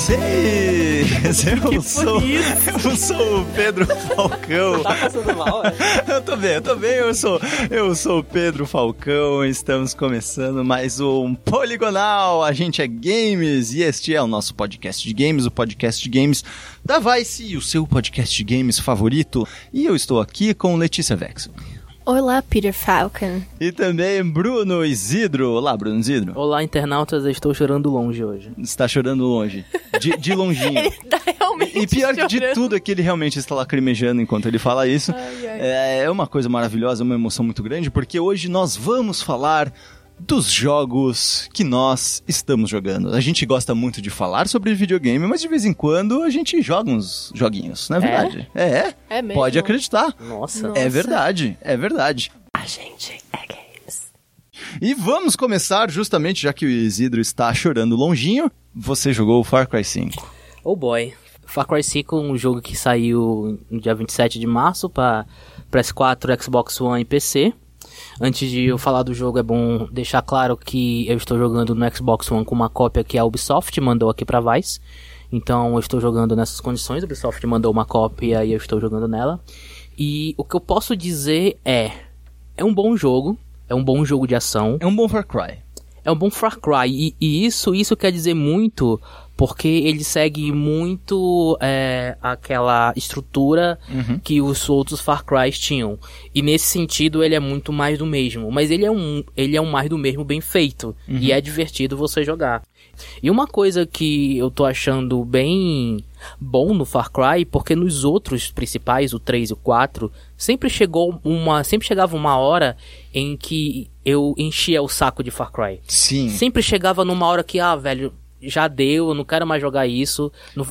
vocês? Eu sou o Pedro Falcão. Tá passando mal, é? Eu tô bem, eu sou o Pedro Falcão. Estamos começando mais um Poligonal. A gente é Games e este é o nosso podcast de games, o podcast de games da Vice, o seu podcast de games favorito. E eu estou aqui com Letícia Vexo. Olá, Peter Falcon. E também Bruno Isidro. Olá, Bruno Isidro. Olá, internautas, eu estou chorando longe hoje. Está chorando longe. De longinho. Ele tá realmente E pior chorando. de tudo é que ele realmente está lacrimejando enquanto ele fala isso. Ai. É uma coisa maravilhosa, uma emoção muito grande, porque hoje nós vamos falar dos jogos que nós estamos jogando. A gente gosta muito de falar sobre videogame, mas de vez em quando a gente joga uns joguinhos, não é verdade? É mesmo? Pode acreditar. Nossa. É verdade. A gente é games. E vamos começar justamente, já que o Isidro está chorando longinho, você jogou o Far Cry 5. Oh boy. Far Cry 5 é um jogo que saiu no dia 27 de março para PS4, Xbox One e PC. Antes de eu falar do jogo, é bom deixar claro que eu estou jogando no Xbox One com uma cópia que a Ubisoft mandou aqui pra Vice. Então eu estou jogando nessas condições, a Ubisoft mandou uma cópia e eu estou jogando nela. E o que eu posso dizer é um bom jogo, é um bom jogo de ação. É um bom Far Cry. É um bom Far Cry, e isso quer dizer muito, porque ele segue muito aquela estrutura que os outros Far Cry tinham. E nesse sentido ele é muito mais do mesmo, mas ele é um mais do mesmo bem feito, e é divertido você jogar. E uma coisa que eu tô achando bem bom no Far Cry, porque nos outros principais, o 3 e o 4, sempre chegava uma hora em que eu enchia o saco de Far Cry. Sim. Sempre chegava numa hora que, velho, já deu, eu não quero mais jogar isso.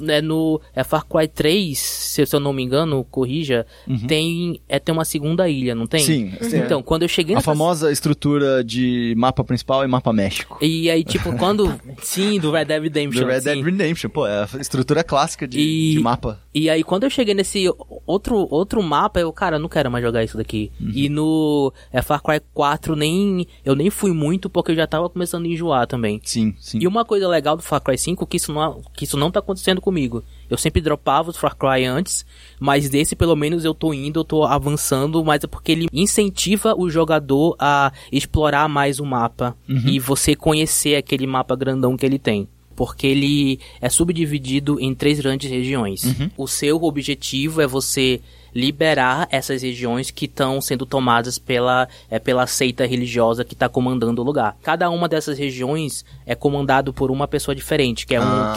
No Far Cry 3, se eu não me engano, corrija, tem uma segunda ilha, não tem? Sim. Então, quando eu cheguei A famosa estrutura de mapa principal e mapa México. E aí, tipo, quando... Sim, do Red Dead Redemption. Do Red Dead Redemption, pô, é a estrutura clássica de mapa. E aí, quando eu cheguei nesse outro mapa, eu não quero mais jogar isso daqui. E no Far Cry 4, eu nem fui muito, porque eu já tava começando a enjoar também. Sim. E uma coisa legal do Far Cry 5 que isso não tá acontecendo comigo. Eu sempre dropava os Far Cry antes, mas desse pelo menos eu tô avançando, mas é porque ele incentiva o jogador a explorar mais o mapa e você conhecer aquele mapa grandão que ele tem. Porque ele é subdividido em 3 grandes regiões. O seu objetivo é você liberar essas regiões que estão sendo tomadas pela seita religiosa que está comandando o lugar. Cada uma dessas regiões é comandado por uma pessoa diferente,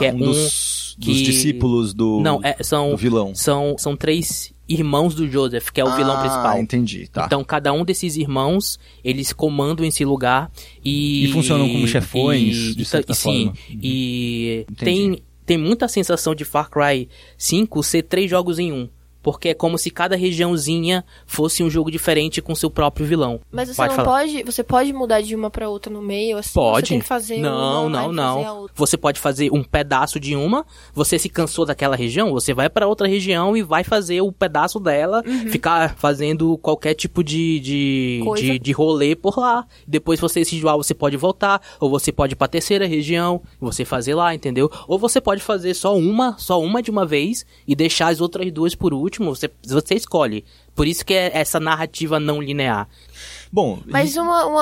dos discípulos do vilão. São 3 irmãos do Joseph, que é o vilão principal. Entendi, tá. Então, cada um desses irmãos, eles comandam esse lugar e funcionam como chefões, de certa forma. E tem muita sensação de Far Cry 5 ser 3 jogos em um. Porque é como se cada regiãozinha fosse um jogo diferente com seu próprio vilão. Mas você pode mudar de uma pra outra no meio, assim? Pode. Você tem que fazer Não. Fazer a outra. Você pode fazer um pedaço de uma, você se cansou daquela região, você vai pra outra região e vai fazer o pedaço dela, ficar fazendo qualquer tipo de rolê por lá. Depois você se enjoar, você pode voltar, ou você pode ir pra terceira região, você fazer lá, entendeu? Ou você pode fazer só uma de uma vez e deixar as outras 2 por último. Você escolhe. Por isso que é essa narrativa não linear. Bom, mas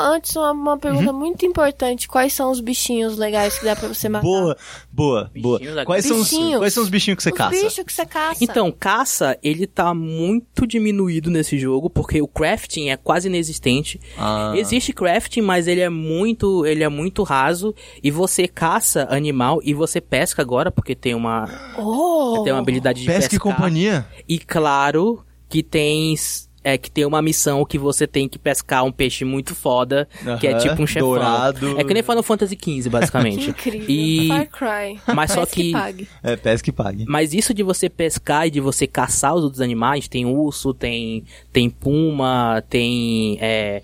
uma pergunta muito importante. Quais são os bichinhos legais que dá pra você matar? Boa. Quais são os bichinhos que você caça? Os bichos que você caça. Então, caça, ele tá muito diminuído nesse jogo, porque o crafting é quase inexistente. Existe crafting, mas ele é muito raso, e você caça animal e você pesca agora, porque tem uma habilidade de pesca e companhia. E claro que tem uma missão que você tem que pescar um peixe muito foda, que é tipo um chefão. Dourado. É que nem Final Fantasy XV, basicamente. Que incrível. Far Cry. Mas só que... pesca e pague. Mas isso de você pescar e de você caçar os outros animais, tem urso, tem puma, tem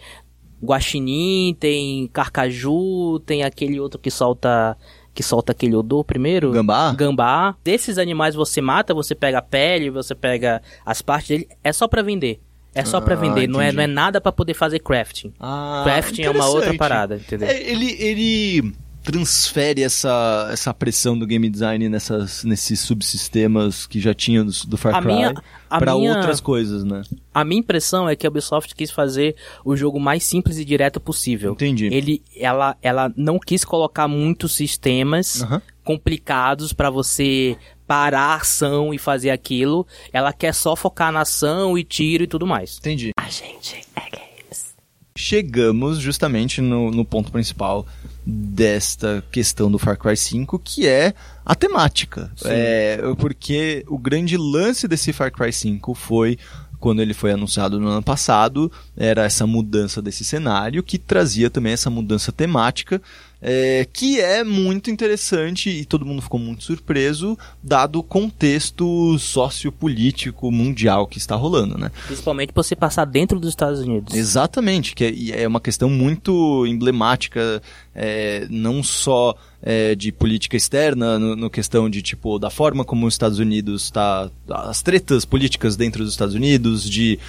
guaxinim, tem carcaju, tem aquele outro que solta aquele odor primeiro. Gambá. Desses animais você mata, você pega a pele, você pega as partes dele, é só pra vender. É só pra vender, não é nada pra poder fazer crafting. Crafting é uma outra parada, entendeu? transfere essa pressão do game design nesses subsistemas que já tinham do Far Cry para outras coisas, né? A minha impressão é que a Ubisoft quis fazer o jogo mais simples e direto possível. Entendi. Ela não quis colocar muitos sistemas complicados para você parar a ação e fazer aquilo. Ela quer só focar na ação e tiro e tudo mais. Entendi. A gente é games. Chegamos justamente no ponto principal desta questão do Far Cry 5, que é a temática. Porque o grande lance desse Far Cry 5 foi, quando ele foi anunciado no ano passado, era essa mudança desse cenário, que trazia também essa mudança temática, que é muito interessante e todo mundo ficou muito surpreso, dado o contexto sociopolítico mundial que está rolando, né? Principalmente por você passar dentro dos Estados Unidos. Exatamente, que é uma questão muito emblemática, não só de política externa, no questão de, tipo, da forma como os Estados Unidos está, as tretas políticas dentro dos Estados Unidos,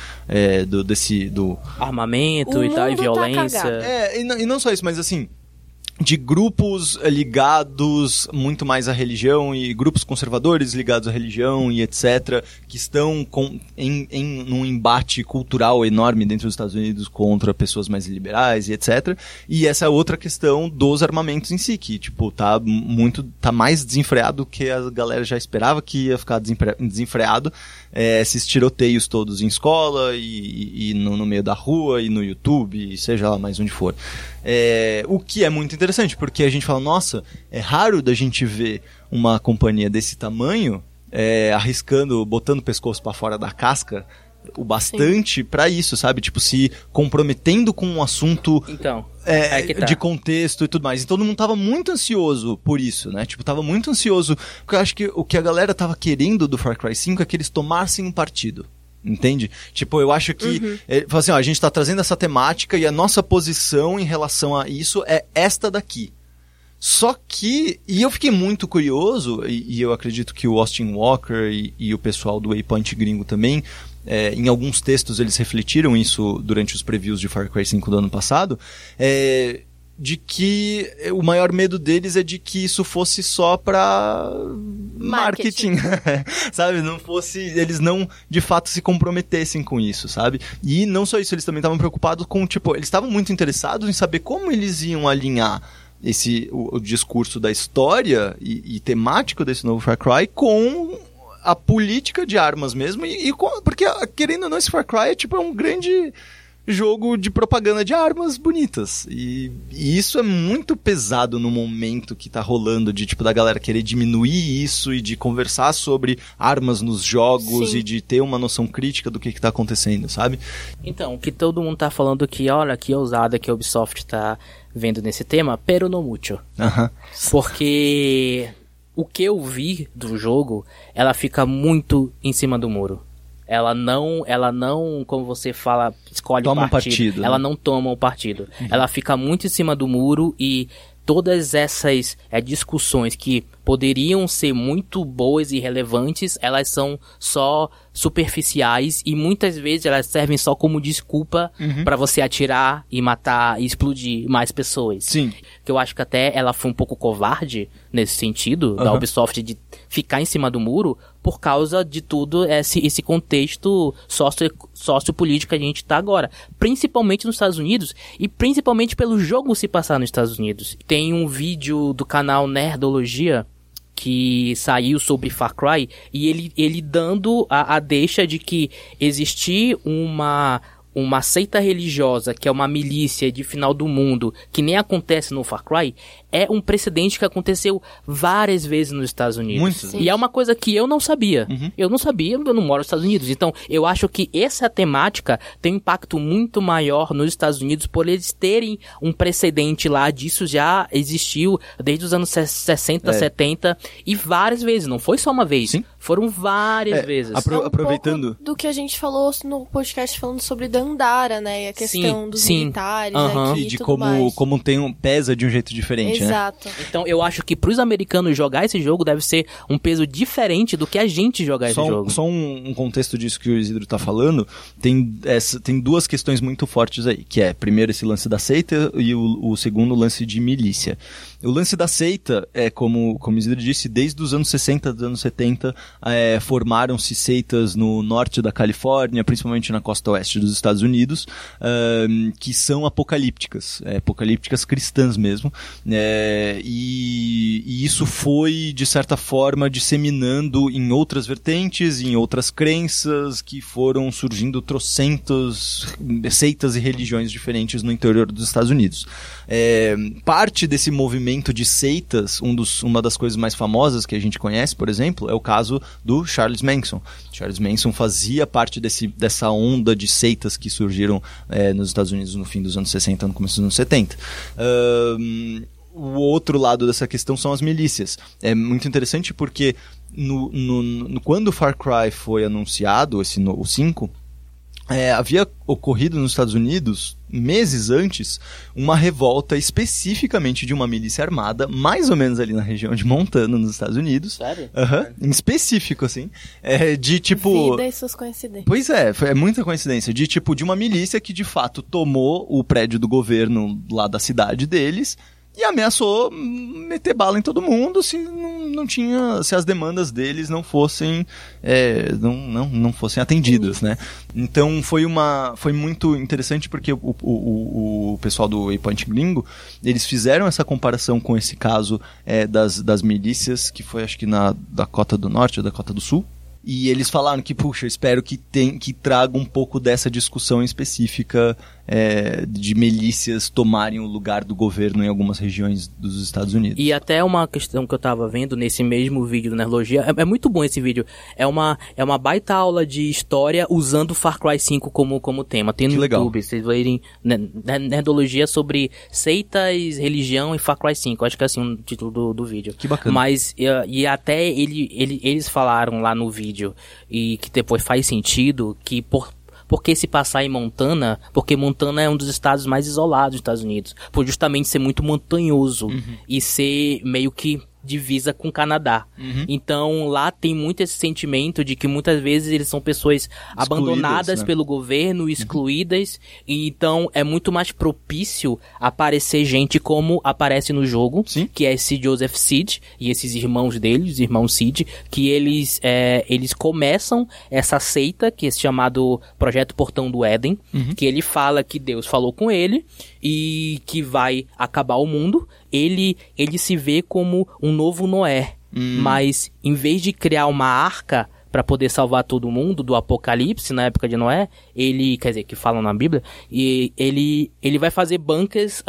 do armamento e tal, e violência. E não só isso, mas assim, de grupos ligados muito mais à religião e grupos conservadores ligados à religião e etc, que estão num embate cultural enorme dentro dos Estados Unidos contra pessoas mais liberais e etc. E essa outra questão dos armamentos em si, que tipo, tá mais desenfreado que a galera já esperava que ia ficar desenfreado. Esses tiroteios todos em escola e no meio da rua e no YouTube, e seja lá mais onde for. O que é muito interessante, porque a gente fala, nossa, é raro da gente ver uma companhia desse tamanho arriscando, botando o pescoço para fora da casca o bastante para isso, sabe? Tipo, se comprometendo com um assunto de contexto e tudo mais. E todo mundo tava muito ansioso por isso, né? Tipo, tava muito ansioso, porque eu acho que o que a galera tava querendo do Far Cry 5 é que eles tomassem um partido. Entende? Tipo, eu acho que assim, a gente tá trazendo essa temática e a nossa posição em relação a isso é esta daqui. Só que, e eu fiquei muito curioso, e eu acredito que o Austin Walker e o pessoal do Waypoint Gringo também, em alguns textos eles refletiram isso durante os previews de Far Cry 5 do ano passado, de que o maior medo deles é de que isso fosse só pra marketing. Sabe? Não fosse, eles não de fato se comprometessem com isso, sabe? E não só isso, eles também estavam preocupados com, tipo, eles estavam muito interessados em saber como eles iam alinhar o discurso da história e temático desse novo Far Cry com a política de armas mesmo, porque, querendo ou não, esse Far Cry é um grande jogo de propaganda de armas bonitas. E isso é muito pesado no momento que tá rolando de, tipo, da galera querer diminuir isso e de conversar sobre armas nos jogos. Sim. E de ter uma noção crítica do que tá acontecendo, sabe? Então, o que todo mundo tá falando que, olha, que ousada que a Ubisoft tá vendo nesse tema, pero no mucho. Porque o que eu vi do jogo, ela fica muito em cima do muro. Ela não, como você fala, escolhe um partido. Ela não toma um partido. Ela fica muito em cima do muro e todas essas discussões que poderiam ser muito boas e relevantes, elas são só superficiais e muitas vezes elas servem só como desculpa pra você atirar e matar e explodir mais pessoas. Sim. Que eu acho que até ela foi um pouco covarde nesse sentido, da Ubisoft, de ficar em cima do muro por causa de tudo esse contexto sociopolítico que a gente tá agora. Principalmente nos Estados Unidos e principalmente pelo jogo se passar nos Estados Unidos. Tem um vídeo do canal Nerdologia que saiu sobre Far Cry e ele dando a deixa de que existir uma seita religiosa, que é uma milícia de final do mundo, que nem acontece no Far Cry, é um precedente que aconteceu várias vezes nos Estados Unidos. Muito. E é uma coisa que eu não sabia. Eu não sabia, eu não moro nos Estados Unidos. Então, eu acho que essa temática tem um impacto muito maior nos Estados Unidos por eles terem um precedente lá disso já existiu desde os anos 60, 70 e várias vezes. Não foi só uma vez. Sim. Foram várias vezes. Aproveitando... pouco do que a gente falou no podcast falando sobre Dandara, né? E a questão dos militares aqui e de como pesa de um jeito diferente, né? Exato. Então eu acho que pros americanos jogar esse jogo deve ser um peso diferente do que a gente jogar esse jogo. Só um contexto disso que o Isidro tá falando, tem duas questões muito fortes aí, que é, primeiro, esse lance da seita e o segundo, o lance de milícia. O lance da seita, como o Isidro disse, desde os anos 60, dos anos 70, formaram-se seitas no norte da Califórnia, principalmente na costa oeste dos Estados Unidos, que são apocalípticas cristãs mesmo, e isso foi, de certa forma, disseminando em outras vertentes, em outras crenças, que foram surgindo trocentos seitas e religiões diferentes no interior dos Estados Unidos. Parte desse movimento de seitas, uma das coisas mais famosas que a gente conhece, por exemplo, é o caso do Charles Manson. Charles Manson fazia parte dessa onda de seitas que surgiram nos Estados Unidos no fim dos anos 60, no começo dos anos 70. O outro lado dessa questão são as milícias. É muito interessante porque quando o Far Cry foi anunciado, o 5, havia ocorrido nos Estados Unidos, meses antes, uma revolta especificamente de uma milícia armada, mais ou menos ali na região de Montana, nos Estados Unidos. Sério? Em específico, assim. De tipo... Vida e suas coincidências. Pois é muita coincidência. De uma milícia que de fato tomou o prédio do governo lá da cidade deles e ameaçou meter bala em todo mundo se as demandas deles não fossem não fossem atendidas, né? Então foi muito interessante porque o pessoal do Waypoint Gringo, eles fizeram essa comparação com esse caso das milícias, que foi acho que na Dakota do Norte ou Dakota do Sul. E eles falaram que, espero que traga um pouco dessa discussão específica de milícias tomarem o lugar do governo em algumas regiões dos Estados Unidos. E até uma questão que eu tava vendo nesse mesmo vídeo do Nerdologia, é muito bom esse vídeo, é uma baita aula de história usando Far Cry 5 como tema. Tem no YouTube, vocês verem Nerdologia sobre seitas, religião e Far Cry 5, acho que é assim o título do vídeo. Que bacana. Mas, e até eles falaram lá no vídeo, e que depois faz sentido, que por que se passar em Montana? Porque Montana é um dos estados mais isolados dos Estados Unidos, por justamente ser muito montanhoso e ser meio que divisa com o Canadá. Então lá tem muito esse sentimento de que muitas vezes eles são pessoas abandonadas, né, pelo governo, excluídas, e então é muito mais propício aparecer gente como aparece no jogo. Sim. Que é esse Joseph Seed e esses irmãos dele, os irmãos Seed, que eles começam essa seita que é chamado Projeto Portão do Éden, que ele fala que Deus falou com ele e que vai acabar o mundo. Ele se vê como um novo Noé, mas em vez de criar uma arca para poder salvar todo mundo do apocalipse na época de Noé, que falam na Bíblia, e ele vai fazer bunkers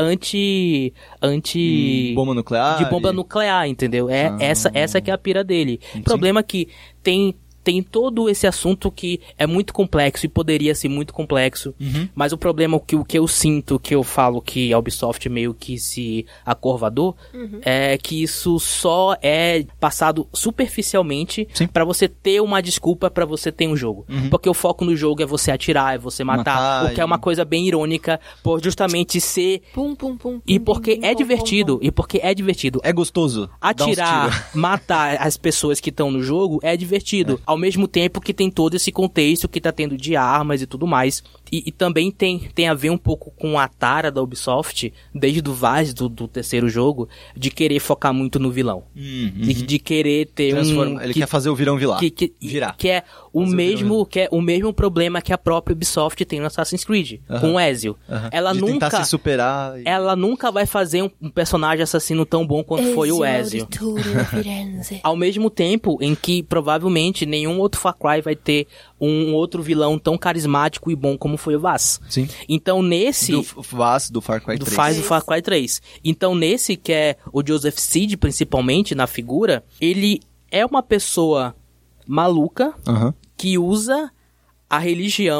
bomba nuclear. De bomba nuclear, entendeu? Essa que é a pira dele. O problema é que tem todo esse assunto que é muito complexo e poderia ser muito complexo, mas o problema, o que eu sinto, que eu falo que a Ubisoft meio que se acurvadou, é que isso só é passado superficialmente para você ter uma desculpa para você ter um jogo. Porque o foco no jogo é você atirar, é você matar, o que é uma coisa bem irônica, por justamente ser... E porque é divertido. É gostoso. Atirar, matar as pessoas que estão no jogo é divertido. Ao mesmo tempo que tem todo esse contexto que tá tendo de armas e tudo mais. E também tem a ver um pouco com a tara da Ubisoft, desde o Vaz do terceiro jogo, de querer focar muito no vilão. De querer ter Ele quer fazer o vilão virar. Que é o mesmo problema que a própria Ubisoft tem no Assassin's Creed, com o Ezio. Ela de nunca tentar se superar. Ela nunca vai fazer um personagem assassino tão bom quanto foi o Ezio. Ao mesmo tempo em que provavelmente nenhum outro Far Cry vai ter um outro vilão tão carismático e bom como foi o Vaz. Sim. Então nesse... Do Far Cry 3. Do Far Cry 3. Então nesse, que é o Joseph Seed, principalmente na figura, ele é uma pessoa maluca que usa a religião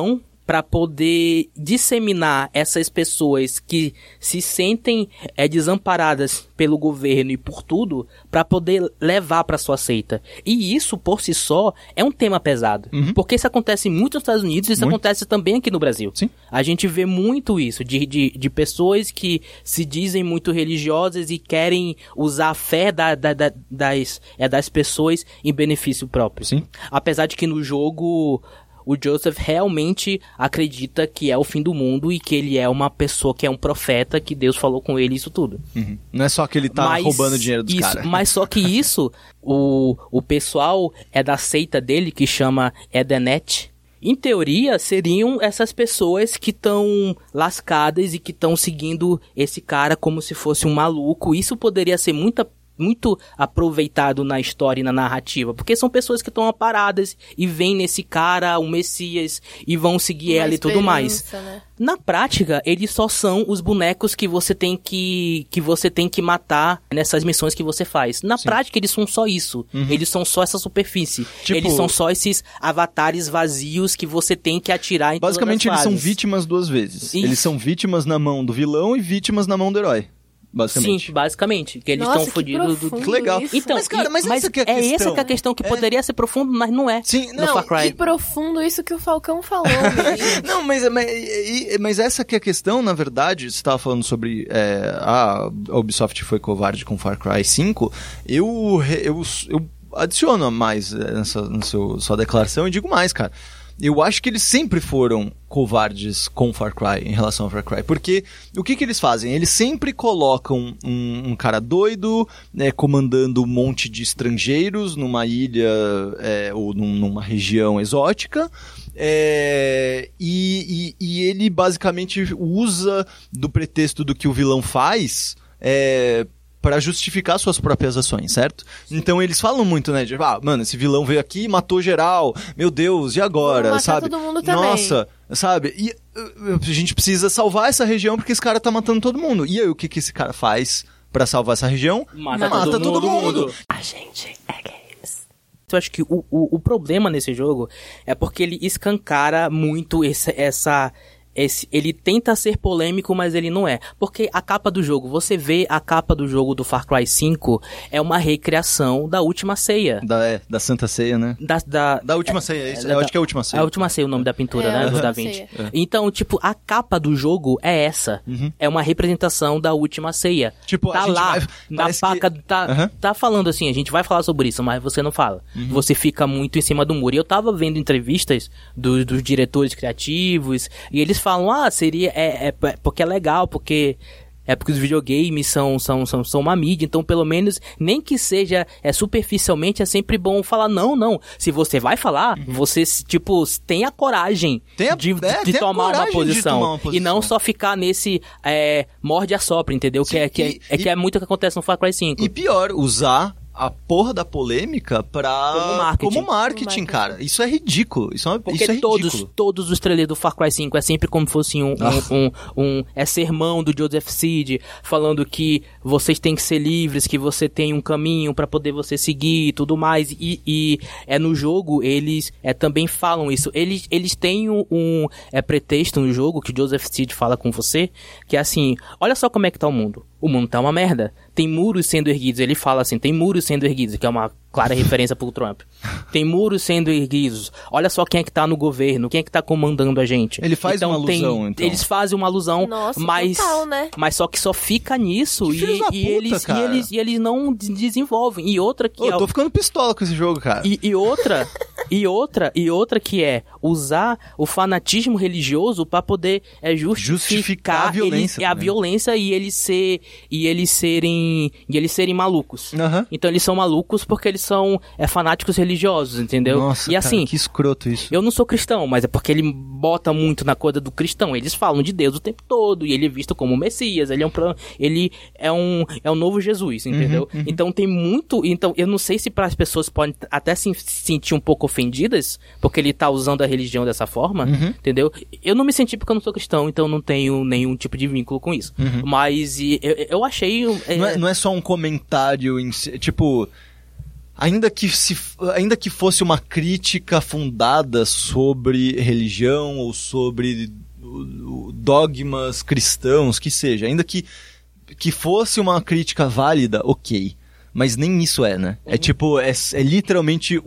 para poder disseminar essas pessoas que se sentem desamparadas pelo governo e por tudo, para poder levar para sua seita. E isso, por si só, é um tema pesado. Porque isso acontece muito nos Estados Unidos e isso acontece também aqui no Brasil. Sim. A gente vê muito isso, de pessoas que se dizem muito religiosas e querem usar a fé das pessoas em benefício próprio. Sim. Apesar de que no jogo o Joseph realmente acredita que é o fim do mundo e que ele é uma pessoa, que é um profeta, que Deus falou com ele isso tudo. Não é só que ele tá roubando dinheiro dos caras. Mas só que isso, o pessoal da seita dele, que chama Edenet, em teoria, seriam essas pessoas que estão lascadas e que estão seguindo esse cara como se fosse um maluco. Isso poderia ser muito aproveitado na história e na narrativa, porque são pessoas que estão paradas e veem nesse cara o Messias e vão seguir ela e tudo mais. Né? Na prática, eles só são os bonecos que você tem que matar nessas missões que você faz. Na prática, eles são só isso. Eles são só essa superfície. Tipo, eles são só esses avatares vazios que você tem que atirar em todas as fases. Basicamente, eles são vítimas duas vezes. Isso. Eles são vítimas na mão do vilão e vítimas na mão do herói. Basicamente. Sim, basicamente. Que eles estão fodidos do... Que legal. Então, mas essa que é a questão. Essa que é a questão, que poderia ser profundo, mas não é. Sim, no Far Cry. Que profundo isso que o Falcão falou, Não, mas essa que é a questão, na verdade, você estava falando sobre a Ubisoft foi covarde com Far Cry 5, eu adiciono mais na sua declaração e digo mais, cara. Eu acho que eles sempre foram covardes com Far Cry, em relação ao Far Cry. Porque o que eles fazem? Eles sempre colocam um cara doido, comandando um monte de estrangeiros numa ilha ou numa região exótica. E ele basicamente usa do pretexto do que o vilão faz... para justificar suas próprias ações, certo? Então eles falam muito, né, de, mano, esse vilão veio aqui e matou geral, meu Deus, e agora, matar sabe? todo mundo também. Nossa, sabe? E a gente precisa salvar essa região porque esse cara tá matando todo mundo. E aí, o que esse cara faz pra salvar essa região? Mata todo mundo. A gente é games. Eu acho que o problema nesse jogo é porque ele escancara muito ele tenta ser polêmico, mas ele não é. Porque a capa do jogo, você vê a capa do jogo do Far Cry 5, é uma recriação da Última Ceia. Da Santa Ceia, né? Da Última Ceia, isso. Eu acho que é a Última Ceia. A Última Ceia, o nome da pintura, né? Do Da Vinci. Então, tipo, a capa do jogo é essa. É uma representação da Última Ceia. Tipo, tá lá, na faca, tá falando assim, a gente vai falar sobre isso, mas você não fala. Você fica muito em cima do muro. E eu tava vendo entrevistas dos diretores criativos, e eles falam, seria, porque é legal, porque os videogames são uma mídia, então pelo menos, nem que seja superficialmente, é sempre bom falar, não, se você vai falar, você, tipo, tem a coragem de tomar uma posição, e não só ficar nesse morde a sopra, entendeu? Sim, que é muito o que acontece no Far Cry 5. E pior, usar a porra da polêmica como marketing, cara. Isso é ridículo. Porque todos os trailers do Far Cry 5 é sempre como se fosse sermão do Joseph Seed, falando que vocês têm que ser livres, que você tem um caminho pra poder você seguir e tudo mais. E no jogo, eles também falam isso. Eles têm um pretexto no jogo, que o Joseph Seed fala com você, que é assim, olha só como é que tá o mundo. O mundo tá uma merda. Tem muros sendo erguidos. Ele fala assim, tem muros sendo erguidos, que é uma clara referência pro Trump. Tem muros sendo erguidos. Olha só quem é que tá no governo, quem é que tá comandando a gente. Ele faz uma alusão, então. Eles fazem uma alusão, nossa, mas, total, né? mas só que só fica nisso e eles não desenvolvem. E outra que eu tô ficando pistola com esse jogo, cara. E outra que é usar o fanatismo religioso pra poder justificar a violência e eles serem malucos. Então eles são malucos porque eles são fanáticos religiosos, entendeu? Nossa, e assim, cara, que escroto isso. Eu não sou cristão, mas é porque ele bota muito na coisa do cristão. Eles falam de Deus o tempo todo e ele é visto como Messias. Ele é um novo Jesus, entendeu? Então tem muito. Então eu não sei se para as pessoas podem até se sentir um pouco ofendidas porque ele tá usando a religião dessa forma, entendeu? Eu não me senti porque eu não sou cristão, então não tenho nenhum tipo de vínculo com isso. Mas eu achei. Não é só um comentário em si, tipo. ainda que fosse uma crítica fundada sobre religião ou sobre dogmas cristãos, que seja, ainda que fosse uma crítica válida, ok. Mas nem isso né? É tipo, é literalmente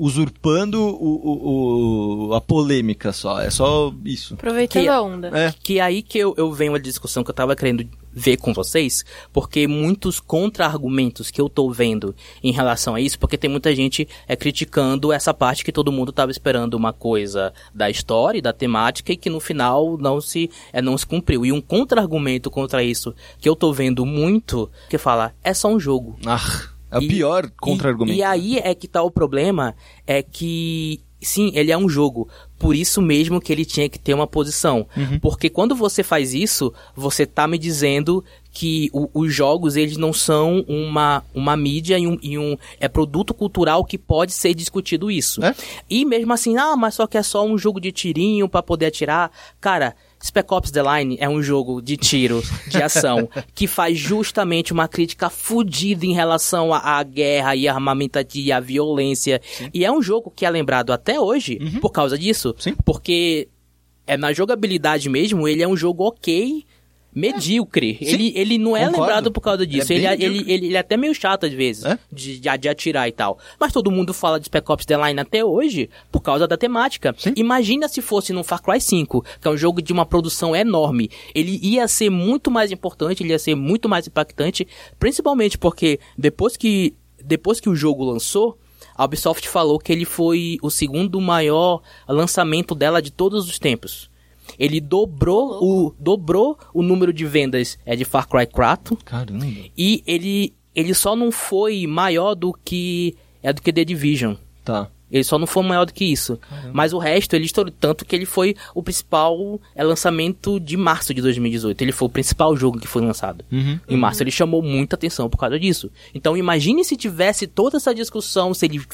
usurpando a polêmica só. É só isso. Aproveitando a onda. Que aí que eu venho a discussão que eu tava querendo ver com vocês, porque muitos contra-argumentos que eu tô vendo em relação a isso, porque tem muita gente criticando essa parte que todo mundo tava esperando uma coisa da história e da temática e que no final não se cumpriu. E um contra-argumento contra isso que eu tô vendo muito, que fala, é só um jogo. É o pior contra-argumento. E aí é que tá o problema, é que, sim, ele é um jogo. Por isso mesmo que ele tinha que ter uma posição. Porque quando você faz isso, você tá me dizendo que os jogos, eles não são uma mídia e um produto cultural que pode ser discutido isso. E mesmo assim, mas só que é só um jogo de tirinho pra poder atirar. Cara, Spec Ops The Line é um jogo de tiro, de ação, que faz justamente uma crítica fodida em relação à guerra e armamentaria, à violência. Sim. E é um jogo que é lembrado até hoje por causa disso. Sim. Porque na jogabilidade mesmo, ele é um jogo ok, medíocre. Ele não é Concordo. Lembrado por causa disso. Ele é até meio chato às vezes, de atirar e tal. Mas todo mundo fala de Spec Ops The Line até hoje por causa da temática. Sim. Imagina se fosse no Far Cry 5, que é um jogo de uma produção enorme. Ele ia ser muito mais importante, ele ia ser muito mais impactante, principalmente porque depois que o jogo lançou, a Ubisoft falou que ele foi o segundo maior lançamento dela de todos os tempos. Ele dobrou o número de vendas de Far Cry 4. Caramba. E ele só não foi maior do que The Division. Tá. Ele só não foi maior do que isso. Caramba. Mas o resto, ele estourou tanto que ele foi o principal lançamento de março de 2018. Ele foi o principal jogo que foi lançado. Em março, ele chamou muita atenção por causa disso. Então, imagine se tivesse toda essa discussão, se ele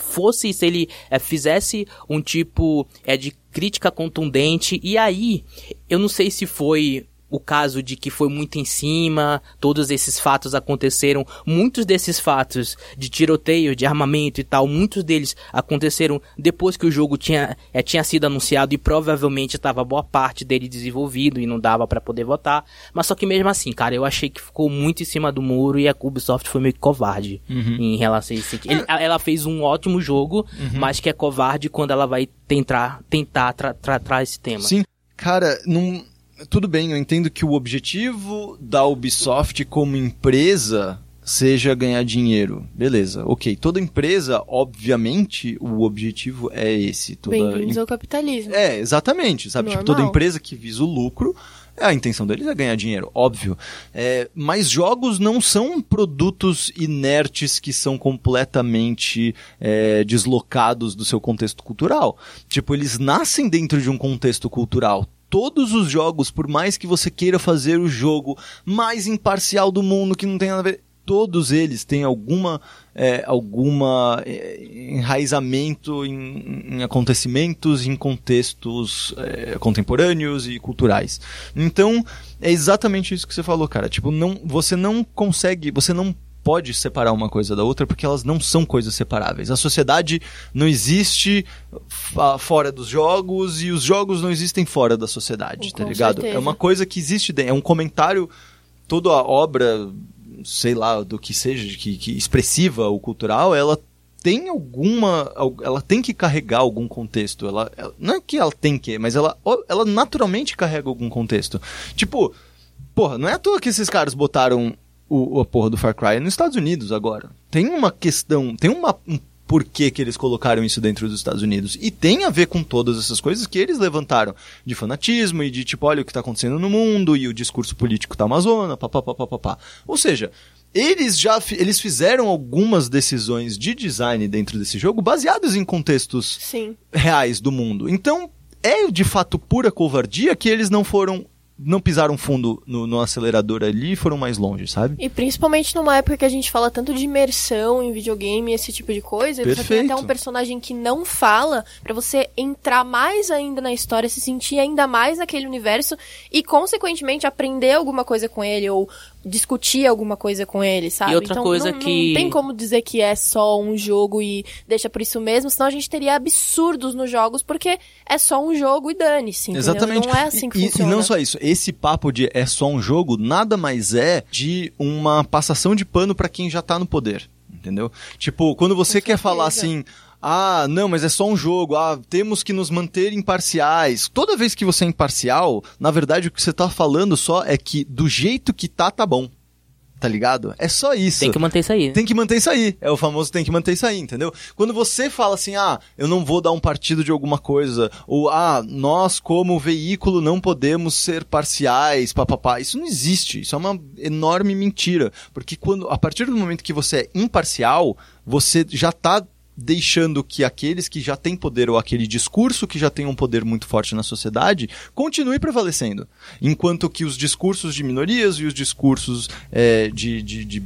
fizesse um tipo de crítica contundente. E aí, eu não sei se foi o caso de que foi muito em cima, todos esses fatos aconteceram, muitos desses fatos de tiroteio, de armamento e tal, muitos deles aconteceram depois que o jogo tinha sido anunciado e provavelmente estava boa parte dele desenvolvido e não dava pra poder votar, mas só que mesmo assim, cara, eu achei que ficou muito em cima do muro e a Ubisoft foi meio covarde em relação a isso. Ela fez um ótimo jogo, mas que é covarde quando ela vai tentar tratar esse tema. Sim, cara, não... Tudo bem, eu entendo que o objetivo da Ubisoft como empresa seja ganhar dinheiro. Beleza, ok. Toda empresa, obviamente, o objetivo é esse. Bem-vindos ao capitalismo. Exatamente. Sabe? Tipo, toda empresa que visa o lucro, a intenção deles é ganhar dinheiro, óbvio. Mas jogos não são produtos inertes que são completamente deslocados do seu contexto cultural. Tipo, eles nascem dentro de um contexto cultural. Todos os jogos, por mais que você queira fazer o jogo mais imparcial do mundo, que não tem nada a ver, todos eles têm alguma enraizamento em acontecimentos, em contextos contemporâneos e culturais. Então, é exatamente isso que você falou, cara. Tipo, você não pode separar uma coisa da outra porque elas não são coisas separáveis. A sociedade não existe fora dos jogos e os jogos não existem fora da sociedade, tá ligado? Certeza. É uma coisa que existe dentro, é um comentário, toda a obra, sei lá, do que seja, que expressiva ou cultural, ela tem ela tem que carregar algum contexto. Ela não é que ela tem que, mas ela naturalmente carrega algum contexto. Tipo, porra, não é à toa que esses caras botaram a porra do Far Cry nos Estados Unidos agora. Tem uma questão, tem um porquê que eles colocaram isso dentro dos Estados Unidos. E tem a ver com todas essas coisas que eles levantaram. De fanatismo e de tipo, olha o que tá acontecendo no mundo e o discurso político da Amazônia, papapá. Ou seja, eles fizeram algumas decisões de design dentro desse jogo baseadas em contextos reais do mundo. Então, é de fato pura covardia que eles não foram não pisaram fundo no acelerador ali e foram mais longe, sabe? E principalmente numa época que a gente fala tanto de imersão em videogame, esse tipo de coisa, e você tem até um personagem que não fala, pra você entrar mais ainda na história, se sentir ainda mais naquele universo e, consequentemente, aprender alguma coisa com ele, ou discutir alguma coisa com ele, sabe? E outra então, coisa não tem como dizer que é só um jogo e deixa por isso mesmo, senão a gente teria absurdos nos jogos, porque é só um jogo e dane-se, entendeu? Exatamente. Não é assim que funciona. E não só isso, esse papo de é só um jogo, nada mais é de uma passação de pano pra quem já tá no poder, entendeu? Tipo, quando você quer falar assim... Ah, não, mas é só um jogo. Ah, temos que nos manter imparciais. Toda vez que você é imparcial, na verdade o que você tá falando só é que do jeito que tá bom. Tá ligado? É só isso. Tem que manter isso aí. Tem que manter isso aí. É o famoso tem que manter isso aí, entendeu? Quando você fala assim, eu não vou dar um partido de alguma coisa, ou, nós como veículo não podemos ser parciais, papapá. Isso não existe. Isso é uma enorme mentira. Porque a partir do momento que você é imparcial, você já tá deixando que aqueles que já têm poder ou aquele discurso que já tem um poder muito forte na sociedade continue prevalecendo. Enquanto que os discursos de minorias e os discursos de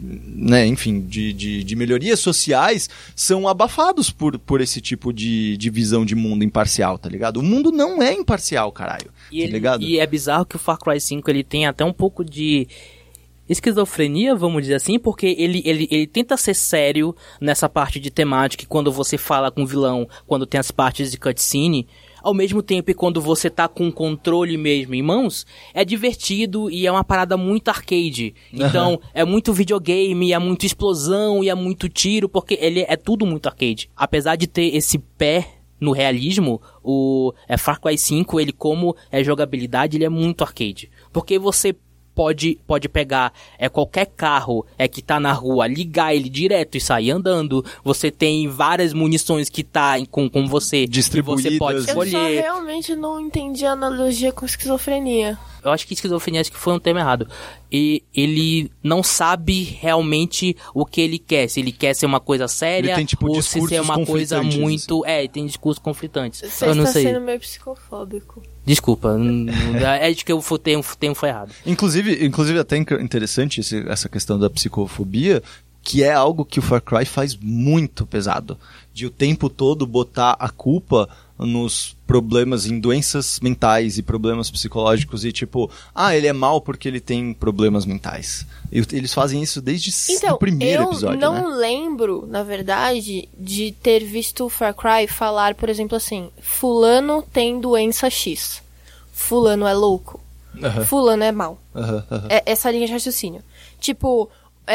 melhorias sociais são abafados por esse tipo de visão de mundo imparcial, tá ligado? O mundo não é imparcial, caralho. Tá ligado? E é bizarro que o Far Cry 5 ele tem até um pouco de esquizofrenia, vamos dizer assim, porque ele tenta ser sério nessa parte de temática, quando você fala com o vilão, quando tem as partes de cutscene, ao mesmo tempo quando você tá com o controle mesmo em mãos, é divertido e é uma parada muito arcade. Então, é muito videogame, é muito explosão e é muito tiro, porque ele é tudo muito arcade. Apesar de ter esse pé no realismo, o Far Cry 5, ele como jogabilidade, ele é muito arcade. Porque você pode pegar qualquer carro que tá na rua, ligar ele direto e sair andando. Você tem várias munições que tá com você distribuídas. Você pode escolher. Eu só realmente não entendi a analogia com esquizofrenia. Eu acho que esquizofrenia foi um termo errado. E ele não sabe realmente o que ele quer. Se ele quer ser uma coisa séria, tem, tipo, ou se é uma coisa muito... Assim. Tem discursos conflitantes. Você eu não está sei. sendo meio psicofóbico. Desculpa, acho que o termo foi errado. Inclusive até interessante essa questão da psicofobia, que é algo que o Far Cry faz muito pesado. De o tempo todo botar a culpa nos problemas, em doenças mentais e problemas psicológicos e tipo, ele é mal porque ele tem problemas mentais. Eles fazem isso desde o primeiro episódio, eu não lembro, na verdade, de ter visto o Far Cry falar, por exemplo, assim, fulano tem doença X, fulano é louco, fulano é mal. Essa linha de raciocínio. Tipo...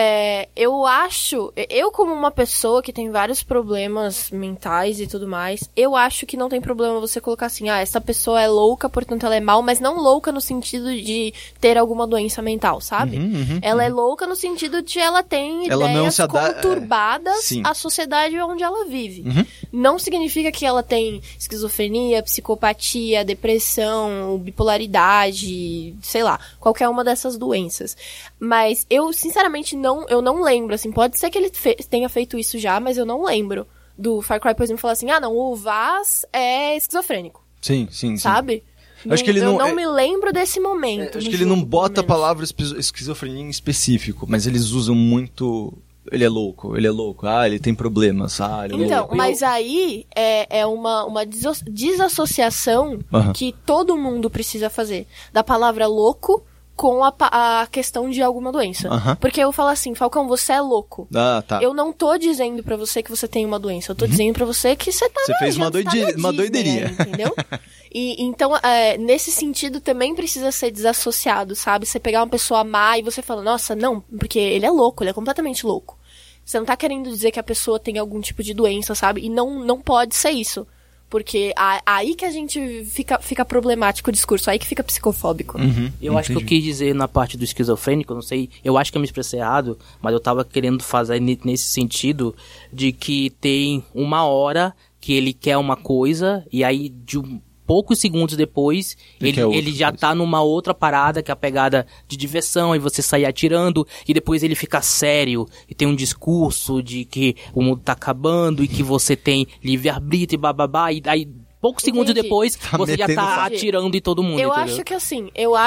eu como uma pessoa que tem vários problemas mentais e tudo mais, eu acho que não tem problema você colocar assim, essa pessoa é louca, portanto ela é mal, mas não louca no sentido de ter alguma doença mental, sabe? Ela é louca no sentido de ela tem ideias conturbadas à sociedade onde ela vive. Não significa que ela tem esquizofrenia, psicopatia, depressão, bipolaridade, sei lá, qualquer uma dessas doenças. Mas eu, sinceramente, eu não lembro, assim, pode ser que ele tenha feito isso já, mas eu não lembro do Far Cry, por exemplo, falar assim, não, o Vaz é esquizofrênico. Sim. Sabe? Acho que ele não me lembro desse momento. Acho que ele não bota a palavra esquizofrenia em específico, mas eles usam muito... Ele é louco. Ele tem problemas, ele é louco. Mas aí é uma desassociação que todo mundo precisa fazer da palavra louco com a questão de alguma doença. Porque eu falo assim, Falcão, você é louco. Tá. Eu não tô dizendo pra você que você tem uma doença, eu tô dizendo pra você que você tá Você fez uma doideirinha. Entendeu? E então, nesse sentido, também precisa ser desassociado, sabe? Você pegar uma pessoa má e você fala, nossa, não, porque ele é louco, ele é completamente louco. Você não tá querendo dizer que a pessoa tem algum tipo de doença, sabe? E não pode ser isso. Porque aí que a gente fica problemático o discurso, aí que fica psicofóbico. Eu acho que eu quis dizer na parte do esquizofrênico, não sei, eu acho que eu me expressei errado, mas eu tava querendo fazer nesse sentido de que tem uma hora que ele quer uma coisa e aí de poucos segundos depois, ele já tá numa outra parada, que é a pegada de diversão, e você sair atirando, e depois ele fica sério, e tem um discurso de que o mundo tá acabando, e que você tem livre-arbítrio, e bababá, e aí poucos segundos depois, você já tá Entendi. atirando em todo mundo, Eu entendeu? acho que assim,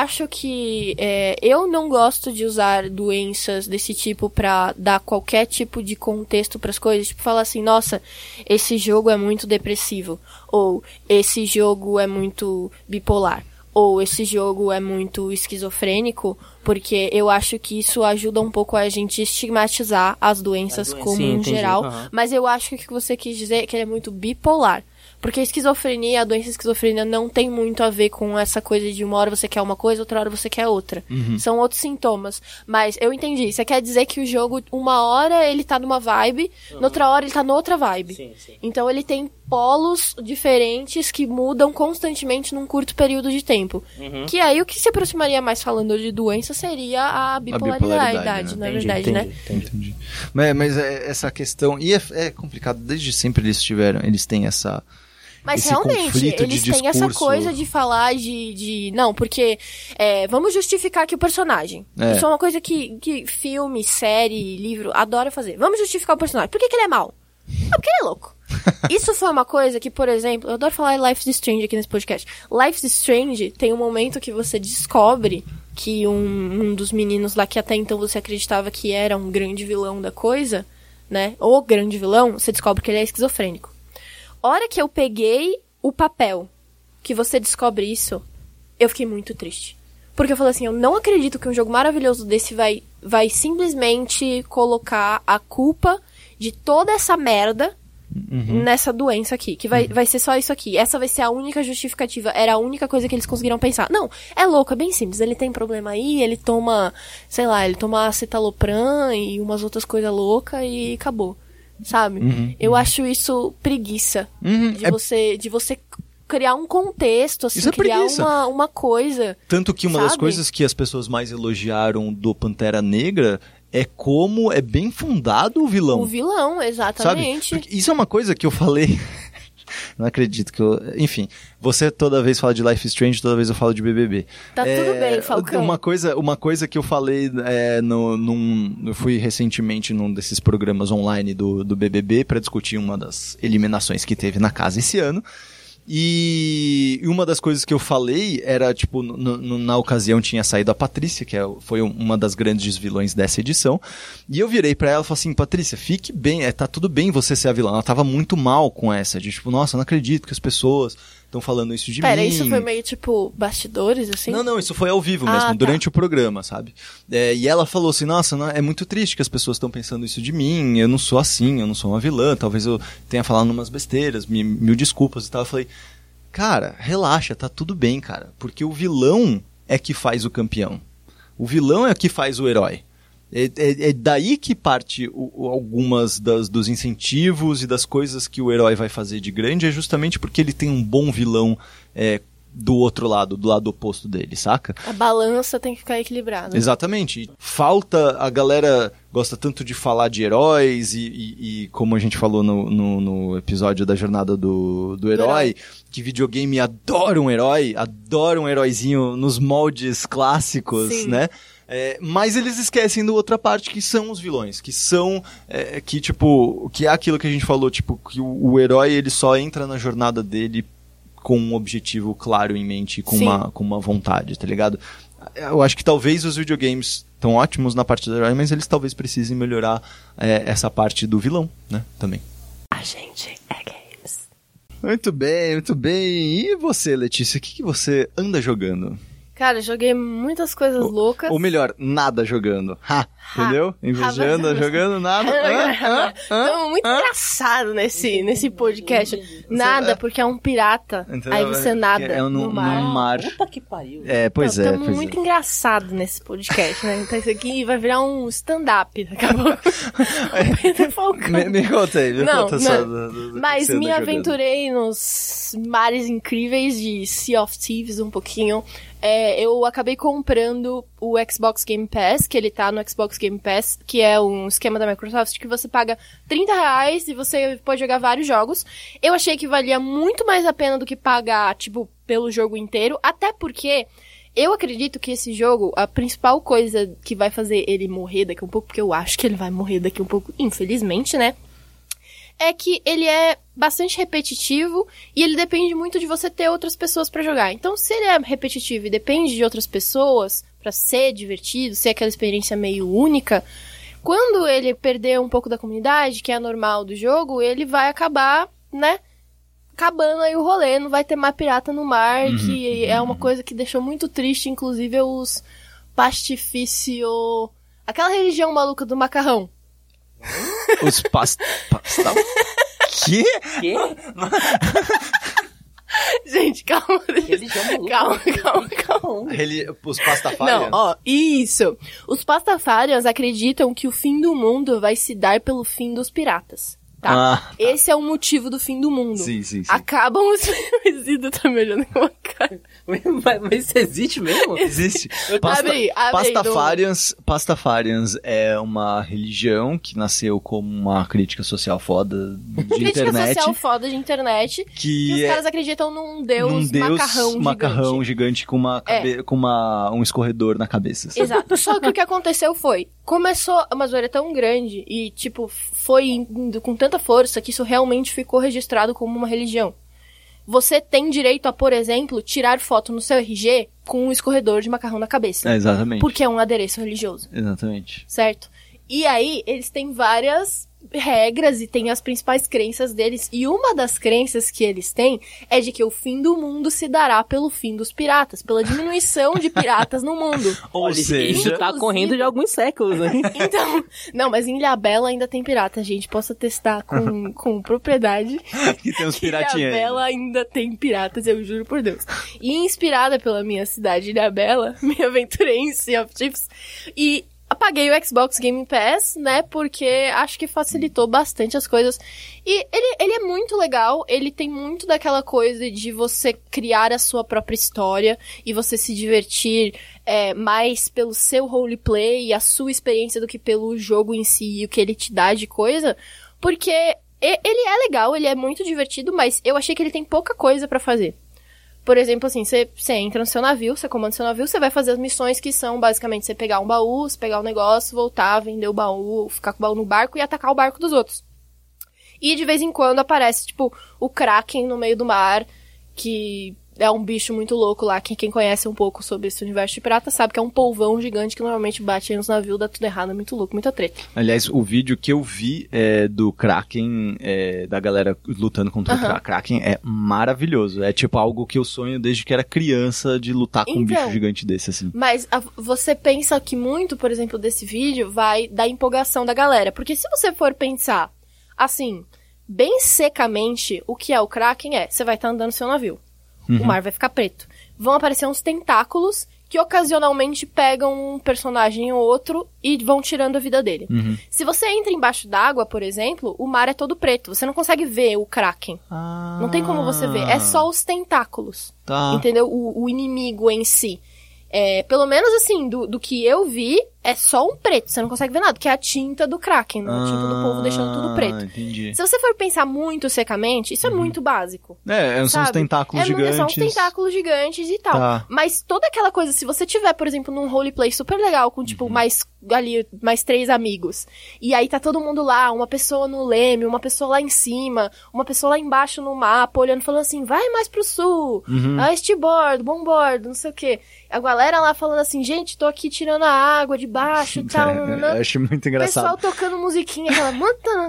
eu não gosto de usar doenças desse tipo pra dar qualquer tipo de contexto pras coisas. Tipo, falar assim, nossa, esse jogo é muito depressivo. Ou, esse jogo é muito bipolar. Ou, esse jogo é muito esquizofrênico. Porque eu acho que isso ajuda um pouco a gente estigmatizar as doenças como sim, em entendi. geral. Uhum. Mas eu acho que o que você quis dizer é que ele é muito bipolar. Porque a doença de esquizofrenia não tem muito a ver com essa coisa de uma hora você quer uma coisa, outra hora você quer outra. São outros sintomas. Mas eu entendi. Você quer dizer que o jogo, uma hora ele tá numa vibe, noutra hora ele tá noutra vibe. Sim, sim. Então ele tem polos diferentes que mudam constantemente num curto período de tempo. Que aí o que se aproximaria mais falando de doença seria a bipolaridade, na verdade, né? Entendi. Mas essa questão... E é complicado, desde sempre eles têm essa... Mas esse realmente, conflito eles de têm essa discurso. coisa de falar de não, porque vamos justificar aqui o personagem. Isso é uma coisa que filme, série, livro adora fazer. Vamos justificar o personagem. Por que ele é mau? Porque ele é louco. Isso foi uma coisa que, por exemplo, eu adoro falar Life is Strange aqui nesse podcast. Life is Strange tem um momento que você descobre que um dos meninos lá que até então você acreditava que era um grande vilão da coisa, né? O grande vilão, você descobre que ele é esquizofrênico. Hora que eu peguei o papel que você descobre isso, eu fiquei muito triste. Porque eu falei assim, eu não acredito que um jogo maravilhoso desse vai simplesmente colocar a culpa de toda essa merda nessa doença aqui. Que vai ser só isso aqui. Essa vai ser a única justificativa. Era a única coisa que eles conseguiram pensar. Não, é louco, é bem simples. Ele tem problema aí, ele toma, sei lá, ele toma citalopram e umas outras coisas loucas e acabou. Sabe? Eu acho isso preguiça. De você criar um contexto, assim, Isso é criar preguiça. uma coisa. Tanto que uma das sabe? coisas que as pessoas mais elogiaram do Pantera Negra é como é bem fundado o vilão. O vilão, exatamente. Sabe? Porque isso é uma coisa que eu falei... Não acredito que eu... Enfim, você toda vez fala de Life is Strange, toda vez eu falo de BBB. Tá tudo bem, Falcão. Uma coisa que eu falei, eu fui recentemente num desses programas online do BBB para discutir uma das eliminações que teve na casa esse ano. E uma das coisas que eu falei era, tipo, na ocasião tinha saído a Patrícia, que foi uma das grandes vilões dessa edição, e eu virei pra ela e falei assim, Patrícia, fique bem, tá tudo bem você ser a vilã. Ela tava muito mal com essa, de tipo, nossa, eu não acredito que as pessoas estão falando isso de mim. Pera, isso foi meio, tipo, bastidores, assim? Não, isso foi ao vivo mesmo, durante o programa, sabe? E ela falou assim, nossa, é muito triste que as pessoas estão pensando isso de mim, eu não sou assim, eu não sou uma vilã, talvez eu tenha falado umas besteiras, mil desculpas e tal. Eu falei, cara, relaxa, tá tudo bem, cara, porque o vilão é que faz o campeão. O vilão é que faz o herói. É daí que parte algumas dos incentivos e das coisas que o herói vai fazer de grande, é justamente porque ele tem um bom vilão do outro lado, do lado oposto dele, saca? A balança tem que ficar equilibrada. Exatamente. Falta, a galera gosta tanto de falar de heróis e como a gente falou no episódio da jornada do herói, que videogame adora um heróizinho nos moldes clássicos, Sim. né? Mas eles esquecem da outra parte, que são os vilões, que são, que é aquilo que a gente falou, tipo, que o herói ele só entra na jornada dele com um objetivo claro em mente, com uma vontade, tá ligado? Eu acho que talvez os videogames estão ótimos na parte do herói, mas eles talvez precisem melhorar essa parte do vilão, né, também. A gente é games. Muito bem, muito bem. E você, Letícia, o que você anda jogando? Cara, joguei muitas coisas loucas. Ou melhor, nada jogando. Entendeu? Em vez de anda jogando, nada. Estamos muito engraçado nesse podcast. Nada, porque é um pirata. Então, aí você nada é no mar. Puta que pariu. Pois é. Estamos muito engraçados nesse podcast, né? Então isso aqui vai virar um stand-up daqui a pouco. O Pedro Falcão. Me conta aí, conta só. Mas me aventurei nos mares incríveis de Sea of Thieves um pouquinho. Eu acabei comprando o Xbox Game Pass, que ele tá no Xbox Game Pass, que é um esquema da Microsoft que você paga R$30 e você pode jogar vários jogos. Eu achei que valia muito mais a pena do que pagar, tipo, pelo jogo inteiro, até porque eu acredito que esse jogo, a principal coisa que vai fazer ele morrer daqui a um pouco, porque eu acho que ele vai morrer daqui a um pouco, infelizmente, né? É que ele é bastante repetitivo e ele depende muito de você ter outras pessoas pra jogar. Então, se ele é repetitivo e depende de outras pessoas pra ser divertido, ser aquela experiência meio única, quando ele perder um pouco da comunidade, que é normal do jogo, ele vai acabar, né, acabando aí o rolê, não vai ter mais pirata no mar, que é uma coisa que deixou muito triste, inclusive os pastifício... Aquela religião maluca do macarrão. Os Que? Gente, calma. Calma. Os pastafarians? Não, ó, isso. Os pastafarians acreditam que o fim do mundo vai se dar pelo fim dos piratas. Tá? Esse é o motivo do fim do mundo. Sim. Acabam os... Resíduo tá me olhando com a cara. Mas isso existe mesmo? Existe. Abre Pastafarians é uma religião que nasceu como uma crítica social foda de internet. Crítica social foda de internet. Que os caras acreditam num deus macarrão gigante com um escorredor na cabeça. Assim. Exato. Só que o que aconteceu foi... Começou uma zoeira tão grande e, tipo, foi indo com tanta força que isso realmente ficou registrado como uma religião. Você tem direito a, por exemplo, tirar foto no seu RG com um escorredor de macarrão na cabeça. Exatamente. Porque é um adereço religioso. Exatamente. Certo? E aí, eles têm várias regras e têm as principais crenças deles. E uma das crenças que eles têm é de que o fim do mundo se dará pelo fim dos piratas, pela diminuição de piratas no mundo. Ou seja... Isso tá correndo de alguns séculos, né? Então, não, mas em Ilhabela ainda tem pirata, gente. Posso atestar com propriedade que tem uns que piratinhos. Ilhabela ainda tem piratas, eu juro por Deus. E inspirada pela minha cidade, Ilhabela, me aventurei em Sea of Thieves e apaguei o Xbox Game Pass, né, porque acho que facilitou bastante as coisas. E ele é muito legal, ele tem muito daquela coisa de você criar a sua própria história e você se divertir mais pelo seu roleplay e a sua experiência do que pelo jogo em si e o que ele te dá de coisa, porque ele é legal, ele é muito divertido, mas eu achei que ele tem pouca coisa pra fazer. Por exemplo, assim, você entra no seu navio, você comanda o seu navio, você vai fazer as missões que são, basicamente, você pegar um baú, você pegar um negócio, voltar, vender o baú, ficar com o baú no barco e atacar o barco dos outros. E de vez em quando aparece, tipo, o Kraken no meio do mar, que é um bicho muito louco lá. Quem conhece um pouco sobre esse universo de pirata sabe que é um polvão gigante que normalmente bate aí nos navios, dá tudo errado, é muito louco, muita treta. Aliás, o vídeo que eu vi do Kraken, da galera lutando contra o Kraken, é maravilhoso. É tipo algo que eu sonho desde que era criança, de lutar com um bicho gigante desse, assim. Mas você pensa que muito, por exemplo, desse vídeo vai da empolgação da galera. Porque se você for pensar, assim, bem secamente, o que é o Kraken você vai estar andando no seu navio. O mar vai ficar preto. Vão aparecer uns tentáculos que ocasionalmente pegam um personagem ou outro e vão tirando a vida dele. Se você entra embaixo d'água, por exemplo, o mar é todo preto. Você não consegue ver o Kraken. Não tem como você ver. É só os tentáculos. Tá. Entendeu? O inimigo em si. Pelo menos assim, do que eu vi, é só um preto. Você não consegue ver nada, que é a tinta do Kraken, né? A tinta do povo deixando tudo preto. Entendi. Se você for pensar muito secamente, isso é muito básico. São uns tentáculos gigantes. São uns tentáculos gigantes e tal. Tá. Mas toda aquela coisa, se você tiver, por exemplo, num roleplay super legal, com tipo, mais 3 amigos, e aí tá todo mundo lá, uma pessoa no leme, uma pessoa lá em cima, uma pessoa lá embaixo no mapa, olhando, falando assim, vai mais pro sul, eastboard, bomboard, não sei o quê. A galera lá falando assim, gente, tô aqui tirando a água de baixo e tal. Eu acho muito engraçado. O pessoal tocando musiquinha, aquela...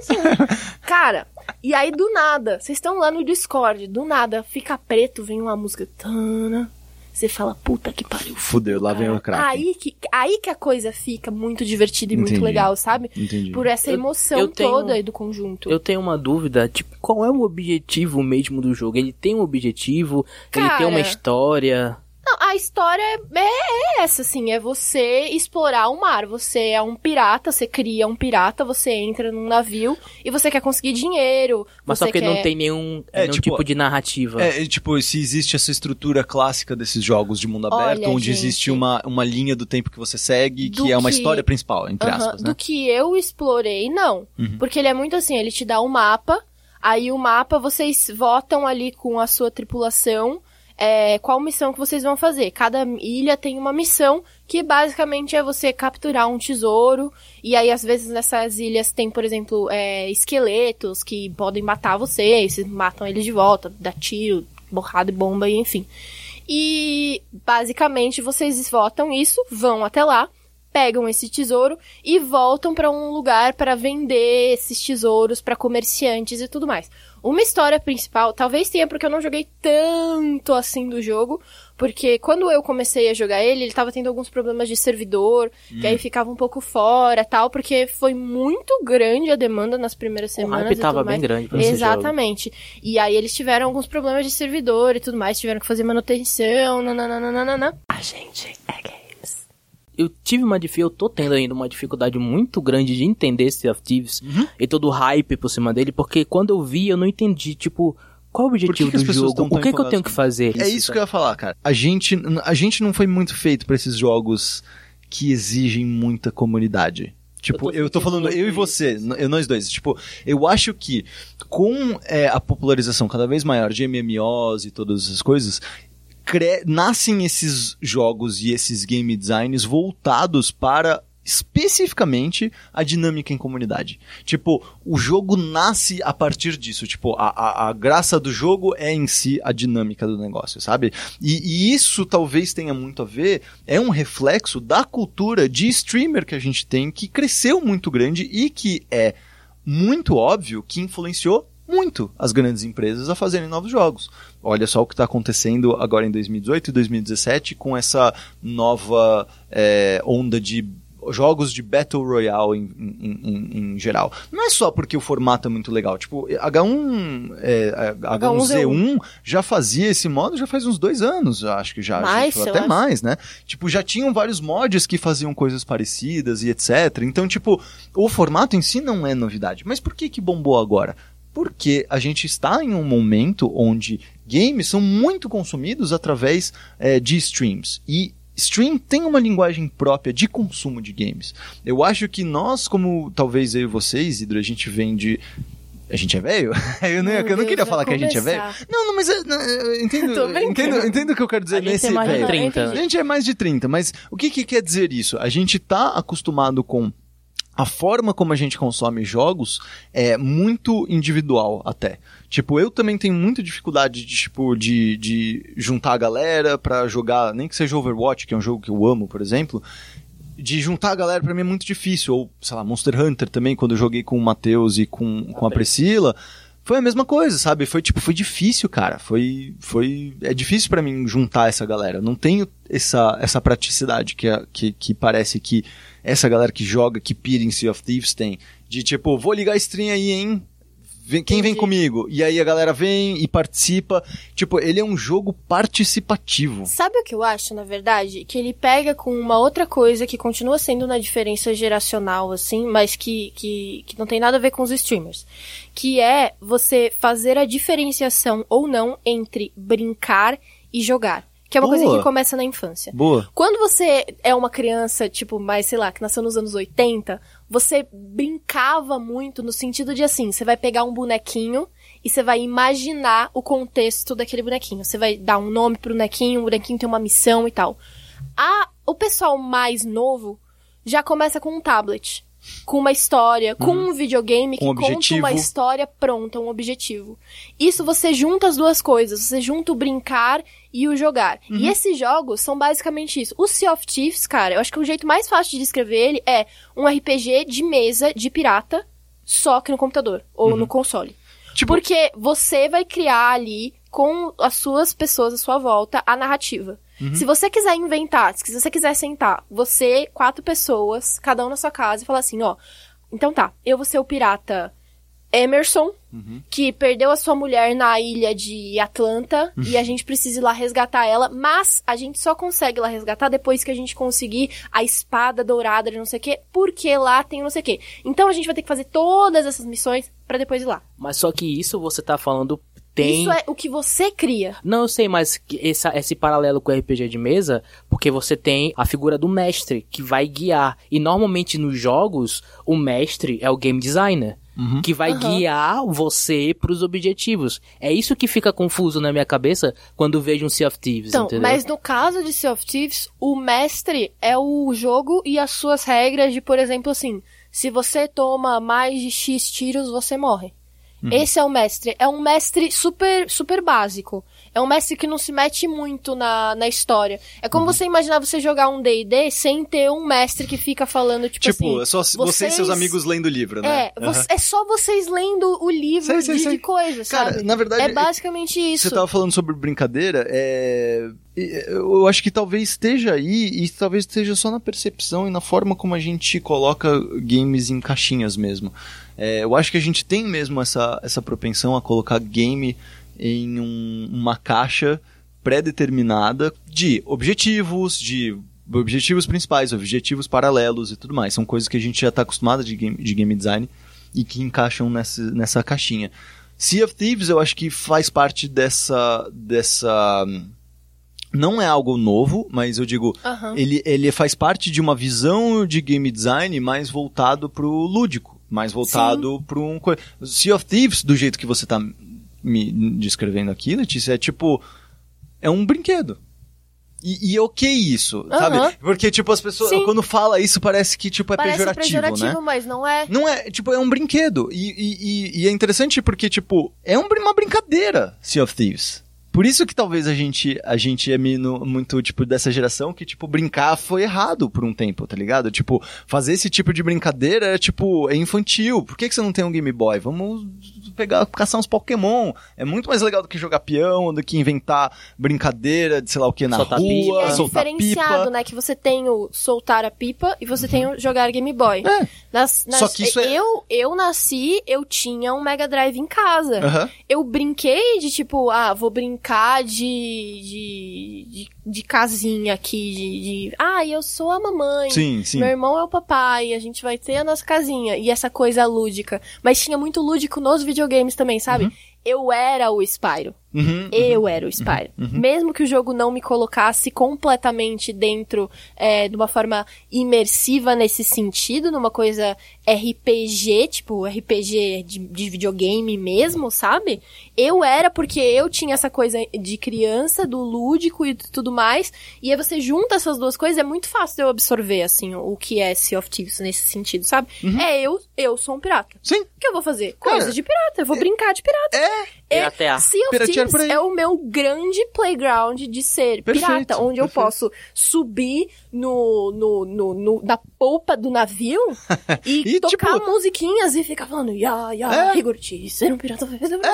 Cara, e aí do nada, vocês estão lá no Discord, do nada, fica preto, vem uma música... Você fala, puta que pariu. Fudeu, lá vem o Kraken. Aí que a coisa fica muito divertida e muito legal, sabe? Entendi. Por essa emoção toda aí do conjunto. Eu tenho uma dúvida, tipo, qual é o objetivo mesmo do jogo? Ele tem um objetivo? Ele tem uma história? Não, a história é essa, assim, é você explorar o mar. Você é um pirata, você cria um pirata, você entra num navio e você quer conseguir dinheiro. Mas só que não tem nenhum tipo de narrativa. Tipo, se existe essa estrutura clássica desses jogos de mundo aberto, onde existe uma linha do tempo que você segue, que é uma história principal, entre aspas, né? Do que eu explorei, não. Porque ele é muito assim, ele te dá um mapa, aí o mapa vocês votam ali com a sua tripulação, qual missão que vocês vão fazer. Cada ilha tem uma missão que basicamente é você capturar um tesouro, e aí às vezes nessas ilhas tem, por exemplo, esqueletos que podem matar vocês matam eles de volta, dá tiro, borrada e bomba, e enfim. E basicamente vocês votam isso, vão até lá, pegam esse tesouro e voltam pra um lugar pra vender esses tesouros pra comerciantes e tudo mais. Uma história principal, talvez tenha porque eu não joguei tanto assim do jogo, porque quando eu comecei a jogar ele tava tendo alguns problemas de servidor, que aí ficava um pouco fora, tal, porque foi muito grande a demanda nas primeiras semanas. O hype tava bem grande pra esse jogo. Exatamente. E aí eles tiveram alguns problemas de servidor e tudo mais, tiveram que fazer manutenção, nananana. A gente é games. Eu tô tendo ainda uma dificuldade muito grande de entender Sea of Thieves e todo o hype por cima dele, porque quando eu vi, eu não entendi, tipo, qual é o objetivo do jogo? O que eu tenho que fazer? É isso que eu ia falar, cara. A gente não foi muito feito pra esses jogos que exigem muita comunidade. Tipo, eu tô falando eu e você, nós dois. Tipo, eu acho que com a popularização cada vez maior de MMOs e todas essas coisas, nascem esses jogos e esses game designs voltados para especificamente a dinâmica em comunidade. Tipo, o jogo nasce a partir disso. Tipo, a graça do jogo é em si a dinâmica do negócio, sabe? E isso talvez tenha muito a ver, é um reflexo da cultura de streamer que a gente tem, que cresceu muito grande e que é muito óbvio que influenciou muito as grandes empresas a fazerem novos jogos. Olha só o que está acontecendo agora em 2018 e 2017 com essa nova onda de jogos de Battle Royale em geral. Não é só porque o formato é muito legal. Tipo, H1Z1 já fazia esse modo já faz uns 2 anos, acho que já. Até mais, né? Tipo, já tinham vários mods que faziam coisas parecidas e etc. Então, tipo, o formato em si não é novidade. Mas por que bombou agora? Porque a gente está em um momento onde games são muito consumidos através de streams. E stream tem uma linguagem própria de consumo de games. Eu acho que nós, como talvez eu e vocês, Hidra, a gente vem de... A gente é velho? Eu não queria falar que a gente é velho. Não, mas eu entendo o que eu quero dizer nesse velho. A gente é mais de 30. A gente é mais de 30, mas o que quer dizer isso? A gente tá acostumado com a forma como a gente consome jogos é muito individual até. Tipo, eu também tenho muita dificuldade de juntar a galera pra jogar, nem que seja Overwatch, que é um jogo que eu amo, por exemplo. De juntar a galera pra mim é muito difícil. Ou, sei lá, Monster Hunter também, quando eu joguei com o Matheus e com a Priscila. Foi a mesma coisa, sabe? Foi difícil, cara. É difícil pra mim juntar essa galera. Eu não tenho essa praticidade que parece que essa galera que joga, que pira em Sea of Thieves tem. De tipo, vou ligar a stream aí, hein? Quem vem comigo? E aí a galera vem e participa. Tipo, ele é um jogo participativo. Sabe o que eu acho, na verdade? Que ele pega com uma outra coisa que continua sendo na diferença geracional, assim, mas que não tem nada a ver com os streamers. Que é você fazer a diferenciação ou não entre brincar e jogar. Que é uma coisa que começa na infância. Boa. Quando você é uma criança, tipo, mais, sei lá, que nasceu nos anos 80, você brincava muito no sentido de, assim, você vai pegar um bonequinho e você vai imaginar o contexto daquele bonequinho. Você vai dar um nome pro bonequinho, o bonequinho tem uma missão e tal. O pessoal mais novo já começa com um tablet, com uma história, com um videogame que conta uma história pronta, um objetivo. Isso você junta as duas coisas, você junta o brincar e o jogar. E esses jogos são basicamente isso. O Sea of Thieves, cara, eu acho que o jeito mais fácil de descrever ele é um RPG de mesa de pirata, só que no computador, ou no console. Tipo... Porque você vai criar ali, com as suas pessoas à sua volta, a narrativa. Se você quiser inventar, se você quiser sentar, 4 pessoas, cada um na sua casa, e falar assim, ó, então tá, eu vou ser o pirata Emerson, que perdeu a sua mulher na ilha de Atlanta, e a gente precisa ir lá resgatar ela, mas a gente só consegue ir lá resgatar depois que a gente conseguir a espada dourada de não sei o quê, porque lá tem não sei o quê. Então a gente vai ter que fazer todas essas missões pra depois ir lá. Mas só que isso você tá falando... Isso é o que você cria. Não, eu sei, mas esse paralelo com o RPG de mesa, porque você tem a figura do mestre, que vai guiar. E normalmente nos jogos, o mestre é o game designer. que vai guiar você pros objetivos. É isso que fica confuso na minha cabeça quando vejo um Sea of Thieves, então, entendeu? Mas no caso de Sea of Thieves, o mestre é o jogo e as suas regras de, por exemplo, assim, se você toma mais de X tiros, você morre. Esse é o mestre. É um mestre super, super básico. É um mestre que não se mete muito na história. É como você imaginar você jogar um D&D sem ter um mestre que fica falando, tipo assim... é só você e seus amigos lendo o livro, né? É só vocês lendo o livro de coisas, cara, sabe? Na verdade, é basicamente isso. Você tava falando sobre brincadeira, eu acho que talvez esteja aí, e talvez esteja só na percepção e na forma como a gente coloca games em caixinhas mesmo. Eu acho que a gente tem mesmo essa propensão a colocar game em uma caixa pré-determinada de objetivos principais, objetivos paralelos e tudo mais. São coisas que a gente já está acostumado de game design e que encaixam nessa caixinha. Sea of Thieves eu acho que faz parte dessa não é algo novo, mas eu digo, ele faz parte de uma visão de game design mais voltado pro lúdico, mais voltado para um... Sea of Thieves, do jeito que você tá me descrevendo aqui, Letícia, é um brinquedo. E ok isso, sabe? Porque, as pessoas, quando fala isso, parece que, parece pejorativo, né? Mas não é. Não é, é um brinquedo. E é interessante porque, é uma brincadeira, Sea of Thieves. Por isso que talvez a gente é muito, dessa geração que, brincar foi errado por um tempo, tá ligado? Fazer esse tipo de brincadeira é infantil. Por que você não tem um Game Boy? Vamos caçar uns Pokémon. É muito mais legal do que jogar peão, do que inventar brincadeira de sei lá o que na soltar rua, pipa. soltar diferenciado, pipa. né? Que você tem o soltar a pipa e você tem o jogar Game Boy. Só que isso eu nasci, eu tinha um Mega Drive em casa. Eu brinquei de vou brincar de casinha aqui, eu sou a mamãe, sim. Meu irmão é o papai, a gente vai ter a nossa casinha, e essa coisa lúdica. Mas tinha muito lúdico nos videogames também, sabe? Eu era o Spyro. Eu era o Spyro. Mesmo que o jogo não me colocasse completamente dentro de uma forma imersiva nesse sentido, numa coisa RPG, RPG de videogame mesmo, sabe? Eu era porque eu tinha essa coisa de criança, do lúdico e tudo mais, e aí você junta essas duas coisas, é muito fácil de eu absorver, assim, o que é Sea of Thieves nesse sentido, sabe? Eu sou um pirata. Sim. O que eu vou fazer? Coisa de pirata, eu vou brincar de pirata. Piratear. Sea of Thieves é o meu grande playground de ser pirata, onde eu posso subir na polpa do navio e tocar musiquinhas e ficar falando Rigurti, ser um pirata.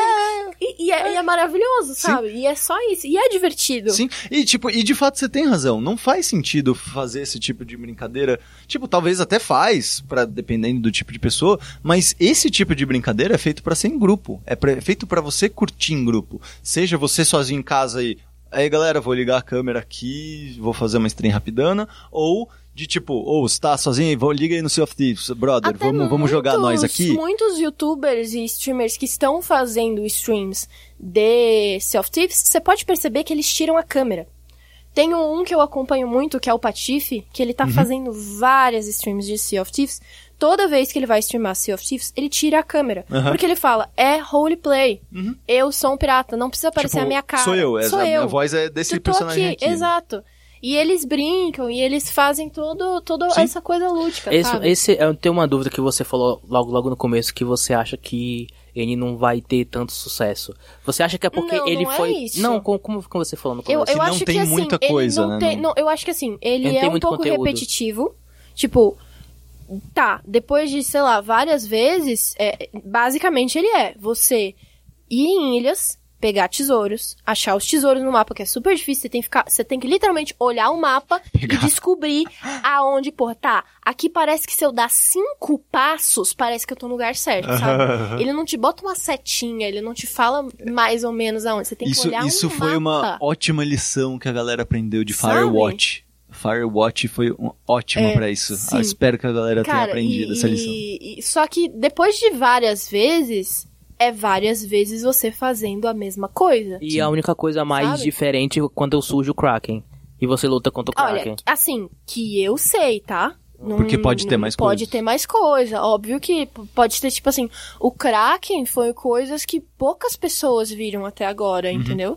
E é maravilhoso, sabe? E é só isso. E é divertido. Sim, e de fato você tem razão. Não faz sentido fazer esse tipo de brincadeira. Talvez até faz, dependendo do tipo de pessoa, mas esse tipo de brincadeira é feito pra ser em grupo. É feito pra você curtir em grupo. Seja você sozinho em casa e... Aí, galera, vou ligar a câmera aqui, vou fazer uma stream rapidana, ou de você tá sozinho, liga aí no Sea of Thieves, brother, vamos jogar nós aqui. Muitos youtubers e streamers que estão fazendo streams de Sea of Thieves, você pode perceber que eles tiram a câmera. Tem um que eu acompanho muito, que é o Patife, que ele tá fazendo várias streams de Sea of Thieves. Toda vez que ele vai streamar Sea of Thieves, ele tira a câmera. Porque ele fala, é roleplay. Eu sou um pirata, não precisa aparecer a minha cara. Sou eu. Minha voz é desse personagem aqui. Exato. E eles brincam, e eles fazem toda essa coisa lúdica, sabe? Eu tenho uma dúvida que você falou logo no começo, que você acha que ele não vai ter tanto sucesso. Você acha que é porque ele não foi... É isso. Não, como você falou no começo? Eu acho não tem que, muita coisa, né? Eu acho que assim, ele é um pouco conteúdo. repetitivo. Depois de, sei lá, várias vezes, basicamente ele você ir em ilhas, pegar tesouros, achar os tesouros no mapa, que é super difícil, você tem que literalmente olhar o mapa e descobrir aonde, aqui parece que se eu dar 5 passos, parece que eu tô no lugar certo, sabe? Ele não te bota uma setinha, ele não te fala mais ou menos aonde, você tem que olhar Isso foi mapa. Uma ótima lição que a galera aprendeu de Firewatch. Firewatch foi ótimo pra isso. Espero que a galera tenha aprendido essa lição. Só que depois de várias vezes, várias vezes você fazendo a mesma coisa. E a única coisa mais diferente é quando eu sujo o Kraken. E você luta contra o Kraken. Olha, assim, que eu sei, tá? Porque pode ter mais coisas. Pode ter mais coisa. Óbvio que pode ter, tipo assim, o Kraken foi coisas que poucas pessoas viram até agora, entendeu?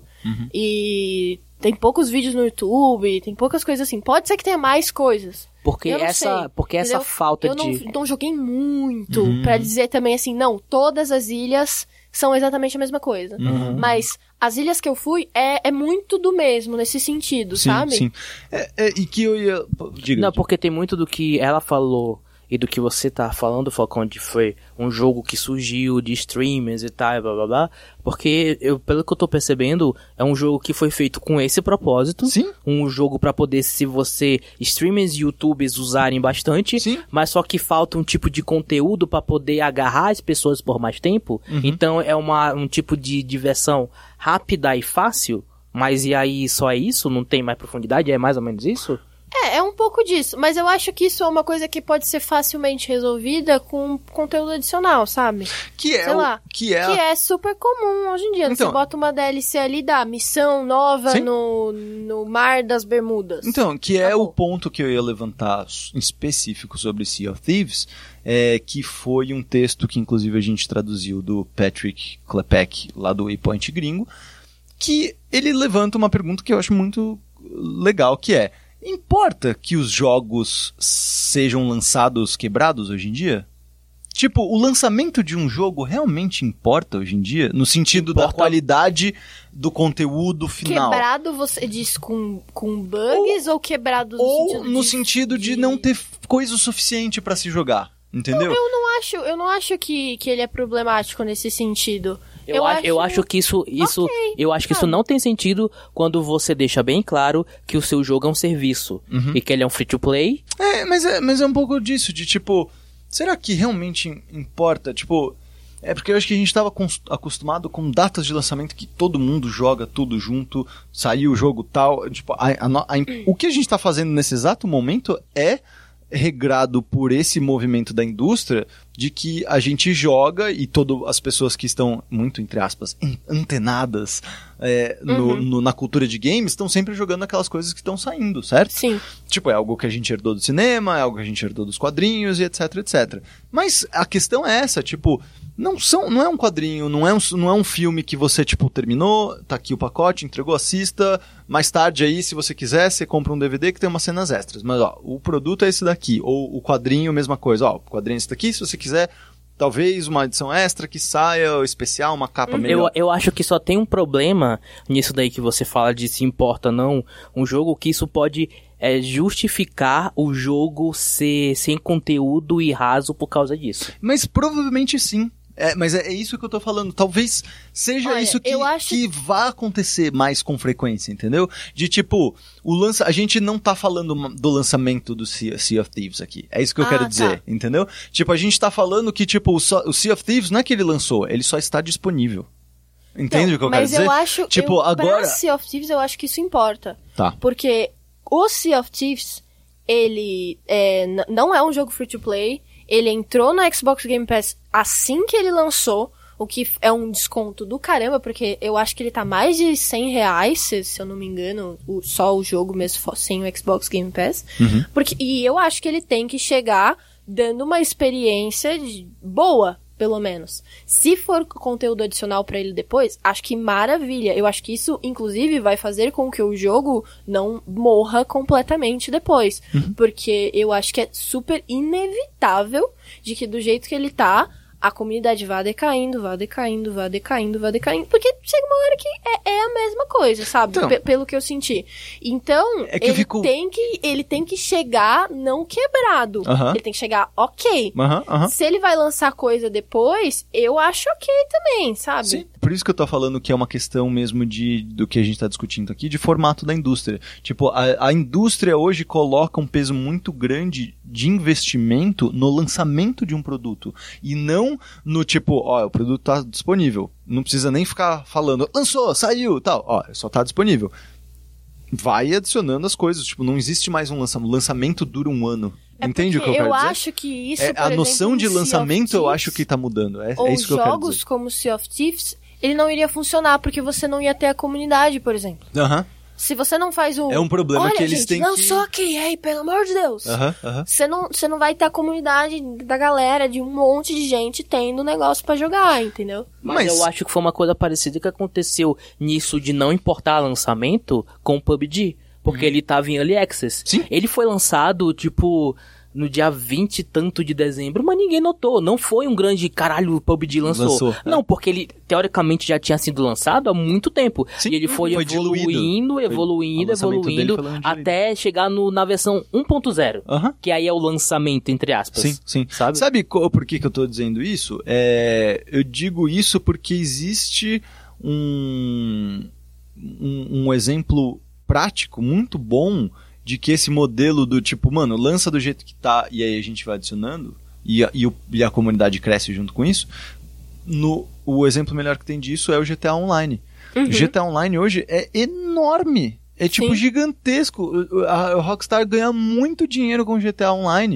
E tem poucos vídeos no YouTube, tem poucas coisas assim. Pode ser que tenha mais coisas. Porque essa falta eu não joguei muito pra dizer também assim, não, todas as ilhas são exatamente a mesma coisa. Mas as ilhas que eu fui é muito do mesmo, nesse sentido, sabe? Sim. E que eu ia... Diga. Não, porque tem muito do que ela falou e do que você tá falando, Falcão, de foi um jogo que surgiu de streamers e tal, blá blá blá. Porque, pelo que eu tô percebendo, é um jogo que foi feito com esse propósito. Sim. Um jogo pra poder, se você, streamers e youtubers usarem bastante. Sim. Mas só que falta um tipo de conteúdo pra poder agarrar as pessoas por mais tempo. Então é um tipo de diversão rápida e fácil. Mas e aí só é isso? Não tem mais profundidade? É mais ou menos isso? É um pouco disso, mas eu acho que isso é uma coisa que pode ser facilmente resolvida com conteúdo adicional, sabe? Que é super comum hoje em dia. Então, você bota uma DLC ali da missão nova no Mar das Bermudas. Então, que é o ponto que eu ia levantar em específico sobre Sea of Thieves, que foi um texto que inclusive a gente traduziu do Patrick Klepek, lá do Waypoint Gringo, que ele levanta uma pergunta que eu acho muito legal, que é: importa que os jogos sejam lançados quebrados hoje em dia? Tipo, o lançamento de um jogo realmente importa hoje em dia? No sentido da qualidade do conteúdo final. Quebrado você diz com bugs ou quebrado no sentido de não ter coisa o suficiente pra se jogar? Entendeu? Eu não acho que ele é problemático nesse sentido. Eu acho que isso não tem sentido quando você deixa bem claro que o seu jogo é um serviço e que ele é um free to play. Mas é um pouco disso, de tipo, será que realmente importa? Tipo, porque eu acho que a gente estava acostumado com datas de lançamento que todo mundo joga tudo junto, saiu o jogo tal. Tipo, o que a gente está fazendo nesse exato momento é regrado por esse movimento da indústria de que a gente joga e todas as pessoas que estão, muito entre aspas, antenadas na cultura de games estão sempre jogando aquelas coisas que estão saindo, certo? Sim. Tipo, é algo que a gente herdou do cinema, é algo que a gente herdou dos quadrinhos e etc, etc. Mas a questão é essa, tipo, não é um quadrinho, não é um filme que você, tipo, terminou, tá aqui o pacote, entregou, assista, mais tarde aí, se você quiser, você compra um DVD que tem umas cenas extras. Mas, ó, o produto é esse daqui, ou o quadrinho, mesma coisa, ó, o quadrinho é esse daqui, se você quiser, talvez uma edição extra que saia, especial, uma capa melhor. Eu acho que só tem um problema nisso daí que você fala de se importa ou não, um jogo que isso pode justificar o jogo ser sem conteúdo e raso por causa disso. Mas provavelmente sim. Mas é isso que eu tô falando. Talvez seja isso que vá acontecer mais com frequência, entendeu? De tipo, a gente não tá falando do lançamento do Sea of Thieves aqui. É isso que eu quero dizer, entendeu? Tipo, a gente tá falando que tipo, o Sea of Thieves não é que ele lançou, ele só está disponível. Entende o que eu quero dizer? Mas eu acho, tipo, agora... pra Sea of Thieves eu acho que isso importa. Tá. Porque o Sea of Thieves, ele não é um jogo free to play. Ele entrou no Xbox Game Pass assim que ele lançou, o que é um desconto do caramba, porque eu acho que ele tá mais de R$100, se eu não me engano, só o jogo mesmo, sem o Xbox Game Pass. E eu acho que ele tem que chegar dando uma experiência boa, pelo menos. Se for conteúdo adicional pra ele depois, acho que maravilha. Eu acho que isso, inclusive, vai fazer com que o jogo não morra completamente depois. Porque eu acho que é super inevitável de que do jeito que ele tá, a comunidade vá decaindo, porque chega uma hora que é a mesma coisa, sabe? Então, pelo que eu senti. Então, ele tem que chegar não quebrado. Ele tem que chegar ok. Se ele vai lançar coisa depois, eu acho ok também, sabe? Sim, por isso que eu tô falando que é uma questão mesmo do que a gente tá discutindo aqui, de formato da indústria. Tipo, a indústria hoje coloca um peso muito grande de investimento no lançamento de um produto. E não no tipo, ó, o produto tá disponível. Não precisa nem ficar falando, lançou, saiu, tal. Ó, só tá disponível. Vai adicionando as coisas. Tipo, não existe mais um lançamento. O lançamento dura um ano. Entende o que eu quero dizer? Eu acho que isso, a noção de lançamento eu acho que tá mudando. É isso que eu quero dizer. Ou jogos como Sea of Thieves, ele não iria funcionar porque você não ia ter a comunidade, por exemplo. Se você não faz o... É um problema olha, que eles gente, têm lançou aqui, ei, pelo amor de Deus. Você não vai ter a comunidade da galera, de um monte de gente tendo negócio pra jogar, entendeu? Mas eu acho que foi uma coisa parecida que aconteceu nisso de não importar lançamento com o PUBG. Porque ele tava em Early Access. Sim. Ele foi lançado, tipo, no dia 20 e tanto de dezembro, mas ninguém notou. Não foi um grande caralho, o PUBG lançou. Não, porque ele, teoricamente, já tinha sido lançado há muito tempo. Sim, e ele foi evoluindo, até chegar na versão 1.0. Que aí é o lançamento, entre aspas. Sim. Sabe? Sabe por que eu tô dizendo isso? Eu digo isso porque existe um exemplo prático muito bom de que esse modelo do tipo, mano, lança do jeito que tá e aí a gente vai adicionando e a comunidade cresce junto com isso. O exemplo melhor que tem disso é o GTA Online. O GTA Online hoje é enorme. É tipo gigantesco. A Rockstar ganha muito dinheiro com o GTA Online.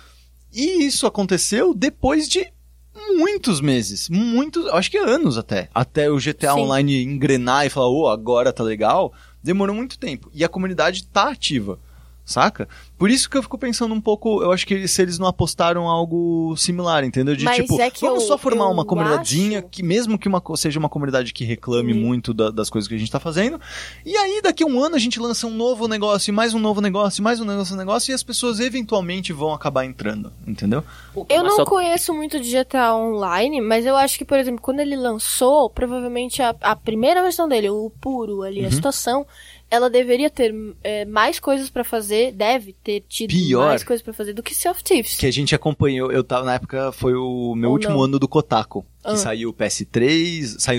E isso aconteceu depois de muitos meses. Acho que anos até. Até o GTA Online engrenar e falar, agora tá legal. Demorou muito tempo. E a comunidade tá ativa, saca? Por isso que eu fico pensando um pouco, eu acho que se eles não apostaram algo similar, entendeu? De mas tipo, vamos só formar uma comunidadezinha, que mesmo que seja uma comunidade que reclame muito das coisas que a gente tá fazendo, e aí daqui a um ano a gente lança um novo negócio, e mais um novo negócio, e mais um negócio, e as pessoas eventualmente vão acabar entrando, entendeu? Eu não conheço muito de GTA Online, mas eu acho que, por exemplo, quando ele lançou, provavelmente a primeira versão dele, o puro ali, a situação, ela deveria ter mais coisas pra fazer, deve ter tido mais coisas pra fazer do que Sea of Thieves. Que a gente acompanhou, eu tava na época, foi o meu último ano do Kotaku, que saiu o PS3, saiu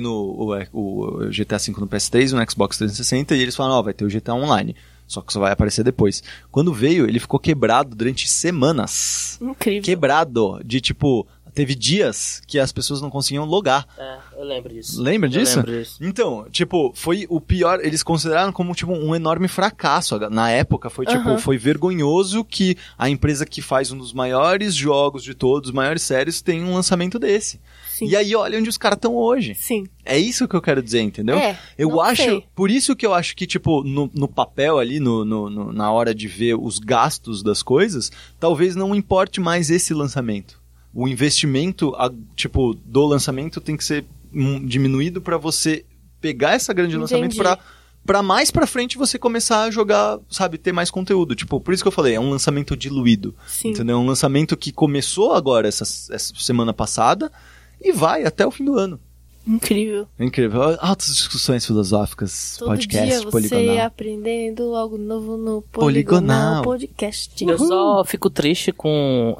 o GTA V no PS3, no Xbox 360, e eles falaram, vai ter o GTA Online, só que só vai aparecer depois. Quando veio, ele ficou quebrado durante semanas. Incrível. Quebrado, de tipo... Teve dias que as pessoas não conseguiam logar. Eu lembro disso. Lembra disso? Eu lembro disso. Então, tipo, foi o pior... Eles consideraram como, tipo, um enorme fracasso. Na época, foi, tipo, foi vergonhoso que a empresa que faz um dos maiores jogos de todos, os maiores séries, tem um lançamento desse. Sim. E aí, olha onde os caras estão hoje. Sim. É isso que eu quero dizer, entendeu? Eu acho... Sei. Por isso que eu acho que, tipo, no papel ali, na hora de ver os gastos das coisas, talvez não importe mais esse lançamento. O investimento, tipo, do lançamento tem que ser diminuído para você pegar essa grande lançamento para mais pra frente você começar a jogar, sabe, ter mais conteúdo. Tipo, por isso que eu falei, é um lançamento diluído. Sim. Entendeu? É um lançamento que começou agora essa semana passada e vai até o fim do ano. Incrível. Incrível. Altas discussões filosóficas, todo podcast, dia você Poligonal. Aprendendo algo novo no Poligonal Podcast. Eu só fico triste com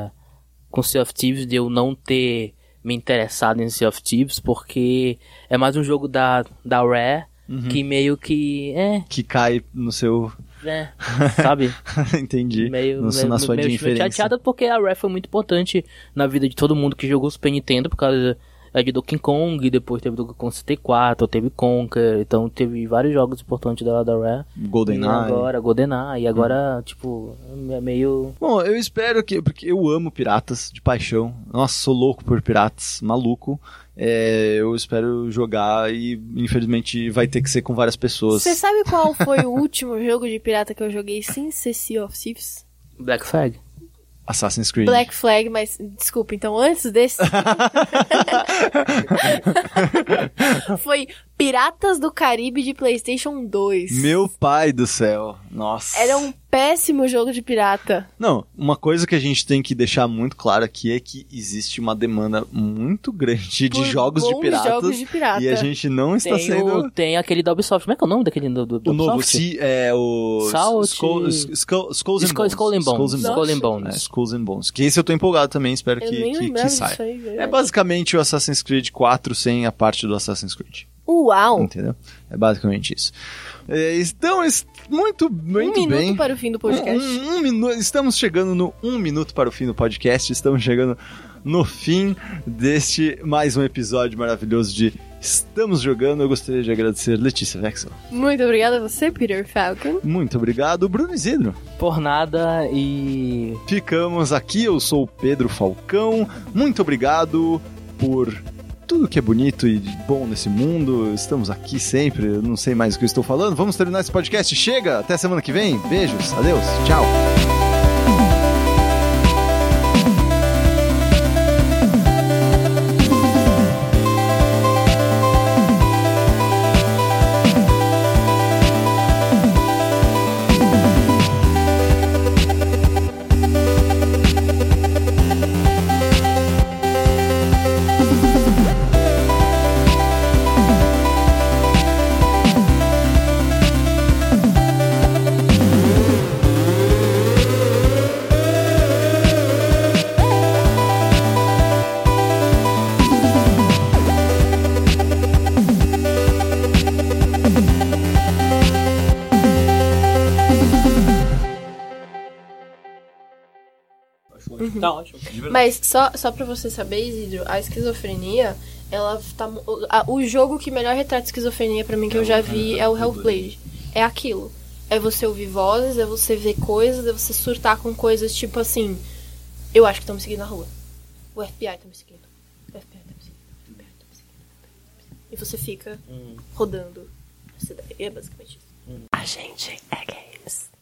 Sea of Thieves, de eu não ter me interessado em Sea of Thieves, porque é mais um jogo da Rare, que meio que... que cai no seu... sabe? Entendi. Na sua diferença. Chateada porque a Rare foi muito importante na vida de todo mundo que jogou Super Nintendo, por causa de Donkey Kong, depois teve Donkey Kong 64, teve Conker, então teve vários jogos importantes da Rare. GoldenEye. E agora, tipo, é meio... Bom, eu espero que... Porque eu amo piratas, de paixão. Nossa, sou louco por piratas, maluco. Eu espero jogar e, infelizmente, vai ter que ser com várias pessoas. Você sabe qual foi o último jogo de pirata que eu joguei sem ser Sea of Thieves? Black Flag. Assassin's Creed. Black Flag, mas, desculpa, então antes desse... foi Piratas do Caribe de PlayStation 2. Meu pai do céu. Nossa. Era um péssimo jogo de pirata. Não, uma coisa que a gente tem que deixar muito claro aqui é que existe uma demanda muito grande de jogos de pirata. E a gente não está sendo... Tem aquele da Ubisoft. Como é que é o nome daquele do Ubisoft? O novo, o... Skull and Bones. Skulls and Bones. Que esse eu tô empolgado também, espero que saia. É basicamente o Assassin's Creed 4 sem a parte do Assassin's Creed. Uau! Entendeu? É basicamente isso. Então, muito bem. Um minuto para o fim do podcast. Estamos chegando no 1 minuto para o fim do podcast. Estamos chegando no fim deste mais um episódio maravilhoso de Estamos Jogando. Eu gostaria de agradecer Letícia Vexel. Muito obrigada a você, Peter Falcon. Muito obrigado, Bruno Isidro. Por nada e... Ficamos aqui, eu sou o Pedro Falcão. Muito obrigado por tudo que é bonito e bom nesse mundo. Estamos aqui sempre, eu não sei mais o que eu estou falando. Vamos terminar esse podcast. Chega, até semana que vem. Beijos, adeus, tchau. Tá ótimo. Mas só pra você saber, Isidro, a esquizofrenia, ela tá... O jogo que melhor retrata a esquizofrenia pra mim que eu já vi é o Hellblade. É aquilo. É você ouvir vozes, é você ver coisas, é você surtar com coisas tipo assim... Eu acho que estão me seguindo na rua. O FBI tá me seguindo. O FBI tá me seguindo. O FBI tá me seguindo. E você fica rodando essa ideia. É basicamente isso. A gente é games.